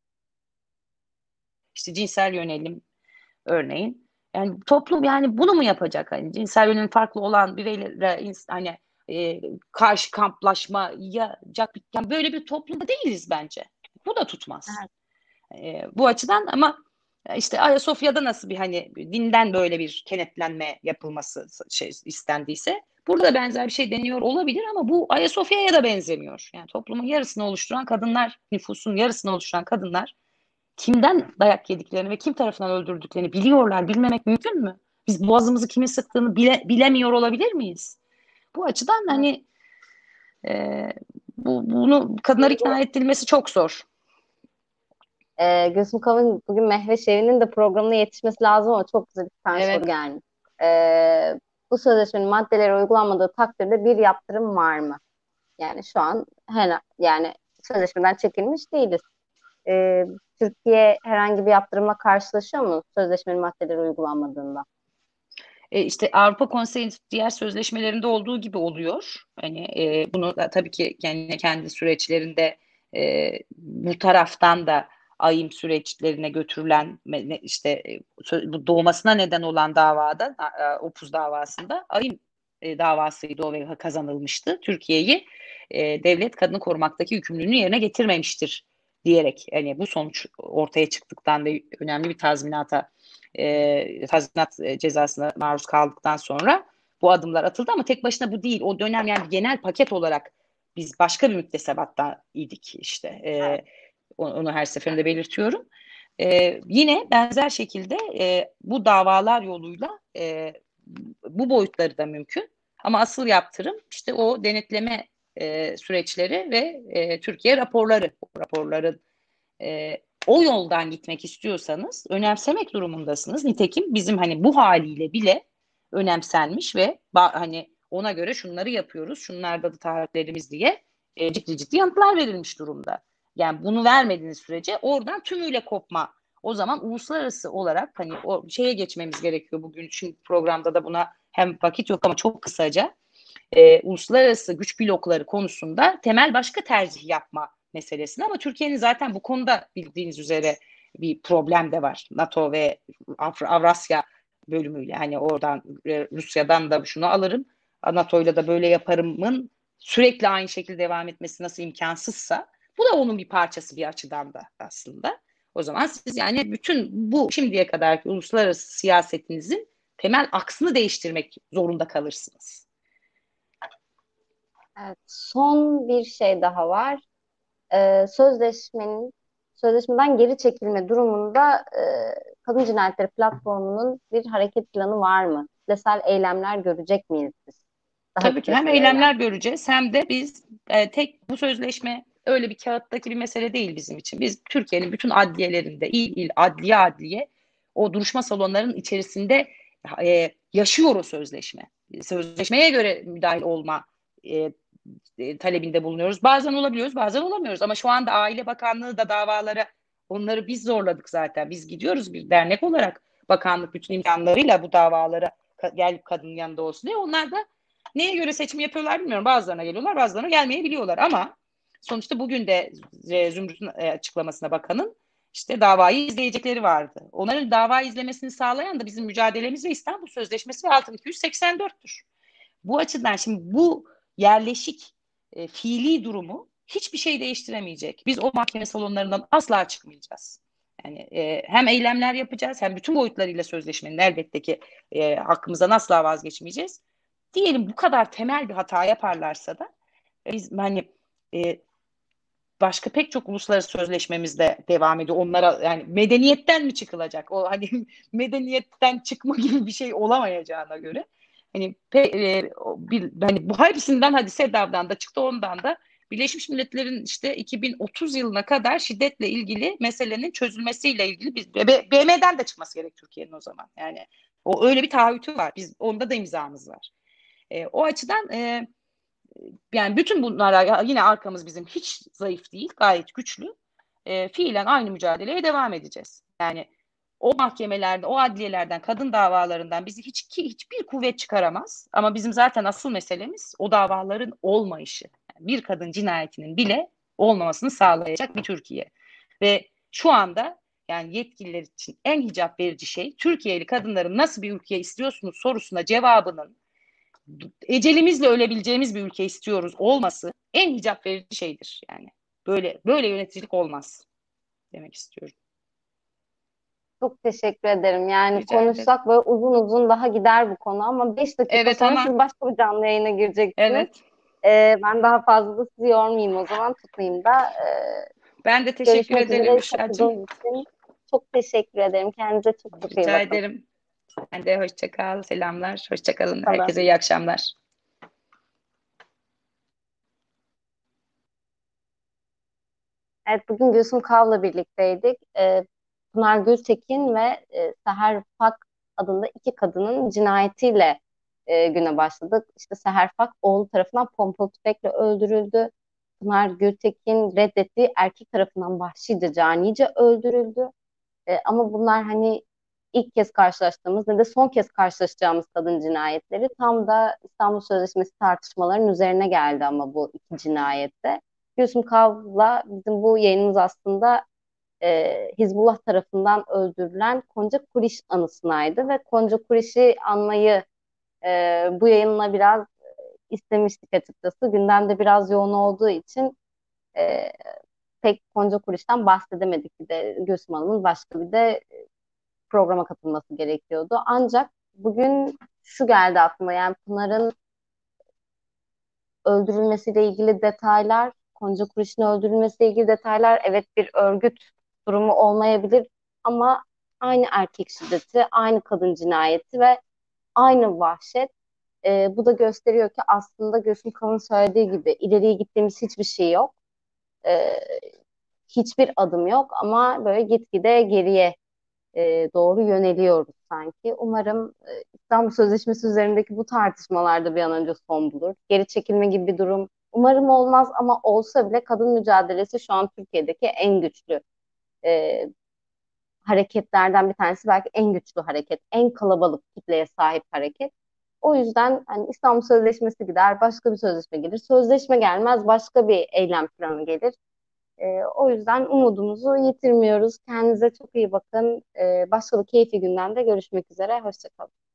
işte cinsel yönelim örneğin. Yani toplum yani bunu mu yapacak? Hani cinsel yönelim farklı olan bireylere hani karşı kamplaşma yapacak yani böyle bir toplumda değiliz bence. Bu da tutmaz. Evet. Bu açıdan ama işte Ayasofya'da nasıl bir hani dinden böyle bir kenetlenme yapılması istendiyse burada da benzer bir şey deniyor olabilir ama bu Ayasofya'ya da benzemiyor. Yani toplumun yarısını oluşturan kadınlar, nüfusun yarısını oluşturan kadınlar kimden dayak yediklerini ve kim tarafından öldürdüklerini biliyorlar. Bilmemek mümkün mü? Biz boğazımızı kimin sıktığını bilemiyor olabilir miyiz? Bu açıdan Evet. hani e, bunu kadınlar ikna edilmesi çok zor. Gülsüm Kavun bugün Mehveş Evi'nin de programına yetişmesi lazım ama çok güzel bir tane soru Evet. gelmiş. Bu sözleşmenin maddeleri uygulanmadığı takdirde bir yaptırım var mı? Yani şu an yani sözleşmeden çekilmiş değiliz. Ee, Türkiye herhangi bir yaptırımla karşılaşıyor mu sözleşmenin maddeleri uygulanmadığında? İşte Avrupa Konseyi'nin diğer sözleşmelerinde olduğu gibi oluyor. Hani bunu da, tabii ki kendi süreçlerinde bu taraftan da AYİM süreçlerine götürülen işte bu doğmasına neden olan davada Opuz davasında AYİM davasıydı o ve kazanılmıştı. Türkiye'yi devlet kadını korumaktaki yükümlülüğünü yerine getirmemiştir diyerek hani bu sonuç ortaya çıktıktan ve önemli bir tazminat cezasına maruz kaldıktan sonra bu adımlar atıldı ama tek başına bu değil. O dönem yani genel paket olarak biz başka bir müktesebatta idik işte. Onu her seferinde belirtiyorum. Yine benzer şekilde bu davalar yoluyla bu boyutları da mümkün. Ama asıl yaptırım işte o denetleme süreçleri ve Türkiye raporları. O raporların o yoldan gitmek istiyorsanız önemsemek durumundasınız. Nitekim bizim hani bu haliyle bile önemsenmiş ve hani ona göre şunları yapıyoruz, şunlarda da taahhütlerimiz diye ciddi ciddi yanıtlar verilmiş durumda. Yani bunu vermediğiniz sürece oradan tümüyle kopma. O zaman uluslararası olarak hani o şeye geçmemiz gerekiyor bugün. Çünkü programda da buna hem vakit yok ama çok kısaca uluslararası güç blokları konusunda temel başka tercih yapma meselesini ama Türkiye'nin zaten bu konuda bildiğiniz üzere bir problem de var. NATO ve Avrasya bölümüyle hani oradan Rusya'dan da şunu alırım NATO'yla da böyle yaparımın sürekli aynı şekilde devam etmesi nasıl imkansızsa, bu da onun bir parçası bir açıdan da aslında. O zaman siz yani bütün bu şimdiye kadarki uluslararası siyasetinizin temel aksını değiştirmek zorunda kalırsınız. Evet, son bir şey daha var. Sözleşmeden geri çekilme durumunda kadın cinayetleri platformunun bir hareket planı var mı? Kitlesel eylemler görecek miyiz biz? Daha Tabii ki hem kitlesel eylem. eylemler göreceğiz hem de biz tek bu sözleşme öyle bir kağıttaki bir mesele değil bizim için. Biz Türkiye'nin bütün adliyelerinde il il adliye o duruşma salonlarının içerisinde yaşıyor o sözleşme. Sözleşmeye göre müdahil olma e, talebinde bulunuyoruz. Bazen olabiliyoruz, bazen olamıyoruz. Ama şu anda Aile Bakanlığı da davalara, onları biz zorladık zaten. Biz gidiyoruz bir dernek olarak, bakanlık bütün imkanlarıyla bu davalara gelip kadının yanında olsun diye. Onlar da neye göre seçim yapıyorlar bilmiyorum. Bazılarına geliyorlar, bazılarına gelmeyebiliyorlar. Ama sonuçta bugün de Zümrüt'ün açıklamasına bakanın işte davayı izleyecekleri vardı. Onların dava izlemesini sağlayan da bizim mücadelemiz ve İstanbul Sözleşmesi ve 6284'tür. Bu açıdan şimdi bu yerleşik fiili durumu hiçbir şey değiştiremeyecek. Biz o mahkeme salonlarından asla çıkmayacağız. Yani hem eylemler yapacağız hem bütün boyutlarıyla sözleşmenin elbette ki hakkımızdan asla vazgeçmeyeceğiz. Diyelim bu kadar temel bir hata yaparlarsa da biz hani başka pek çok uluslararası sözleşmemizde devam ediyor. Onlara yani medeniyetten mi çıkılacak? O hani medeniyetten çıkma gibi bir şey olamayacağına göre hani hani bu hepsinden hadi SEDAV'dan da çıktı ondan da Birleşmiş Milletler'in işte 2030 yılına kadar şiddetle ilgili meselenin çözülmesiyle ilgili biz BM'den de çıkması gerek Türkiye'nin o zaman. Yani o öyle bir taahhütü var. Biz onda da imzamız var. O açıdan yani bütün bunlara yine arkamız bizim hiç zayıf değil, gayet güçlü. Fiilen aynı mücadeleye devam edeceğiz. Yani o mahkemelerde, o adliyelerden, kadın davalarından bizi hiçbir kuvvet çıkaramaz. Ama bizim zaten asıl meselemiz o davaların olmayışı. Yani bir kadın cinayetinin bile olmamasını sağlayacak bir Türkiye. Ve şu anda yani yetkililer için en hicap verici şey Türkiye'li kadınların nasıl bir ülke istiyorsunuz sorusuna cevabının ecelimizle ölebileceğimiz bir ülke istiyoruz olması en icap verici şeydir yani. Böyle yöneticilik olmaz demek istiyorum. Çok teşekkür ederim. Yani Rica ederim. konuşsak böyle uzun uzun daha gider bu konu ama 5 dakika Evet sonra ama siz başka bir canlı yayına gireceksiniz. evet. Ben daha fazla da sizi yormayayım o zaman tutmayayım da. Ben de teşekkür Görüşmek ederim üzere Büşra'cığım. katıldığınız için çok teşekkür ederim. Kendinize çok çok iyi Rica bakın. ederim. Ben de hoşça kal. Selamlar. Hoşça kalın. Kalın. Herkese iyi akşamlar. Evet, bugün Gülsüm Kav'la birlikteydik. Pınar Gültekin ve Seher Pak adında iki kadının cinayetiyle güne başladık. İşte Seher Pak oğlu tarafından pompalı tüfekle öldürüldü. Pınar Gültekin reddettiği erkek tarafından vahşice, canice öldürüldü. Ama bunlar hani ilk kez karşılaştığımız ne de son kez karşılaşacağımız kadın cinayetleri. Tam da İstanbul Sözleşmesi tartışmalarının üzerine geldi ama bu iki cinayette. Gülsüm Kav'la bizim bu yayınımız aslında Hizbullah tarafından öldürülen Konca Kuriş anısınaydı ve Konca Kuriş'i anmayı bu yayınla biraz istemiştik açıkçası. Gündemde biraz yoğun olduğu için e, pek Konca Kuriş'ten bahsedemedik. Bir de Gülsüm Hanım'ın başka bir de programa katılması gerekiyordu. Ancak bugün şu geldi aklıma, yani Pınar'ın öldürülmesiyle ilgili detaylar, Gonca Kuriş'in öldürülmesiyle ilgili detaylar, evet bir örgüt durumu olmayabilir ama aynı erkek şiddeti, aynı kadın cinayeti ve aynı vahşet. Bu da gösteriyor ki aslında Gülsüm Kavak'ın söylediği gibi ileriye gittiğimiz hiçbir şey yok. Ee, Hiçbir adım yok ama böyle gitgide geriye doğru yöneliyoruz sanki. Umarım İstanbul Sözleşmesi üzerindeki bu tartışmalarda bir an önce son bulur. Geri çekilme gibi bir durum umarım olmaz ama olsa bile kadın mücadelesi şu an Türkiye'deki en güçlü e, hareketlerden bir tanesi. Belki en güçlü hareket, en kalabalık kitleye sahip hareket. O yüzden hani İstanbul Sözleşmesi gider, başka bir sözleşme gelir. Sözleşme gelmez, başka bir eylem planı gelir. O yüzden umudumuzu yitirmiyoruz. Kendinize çok iyi bakın. Başka bir keyifli günden de görüşmek üzere. Hoşça kalın.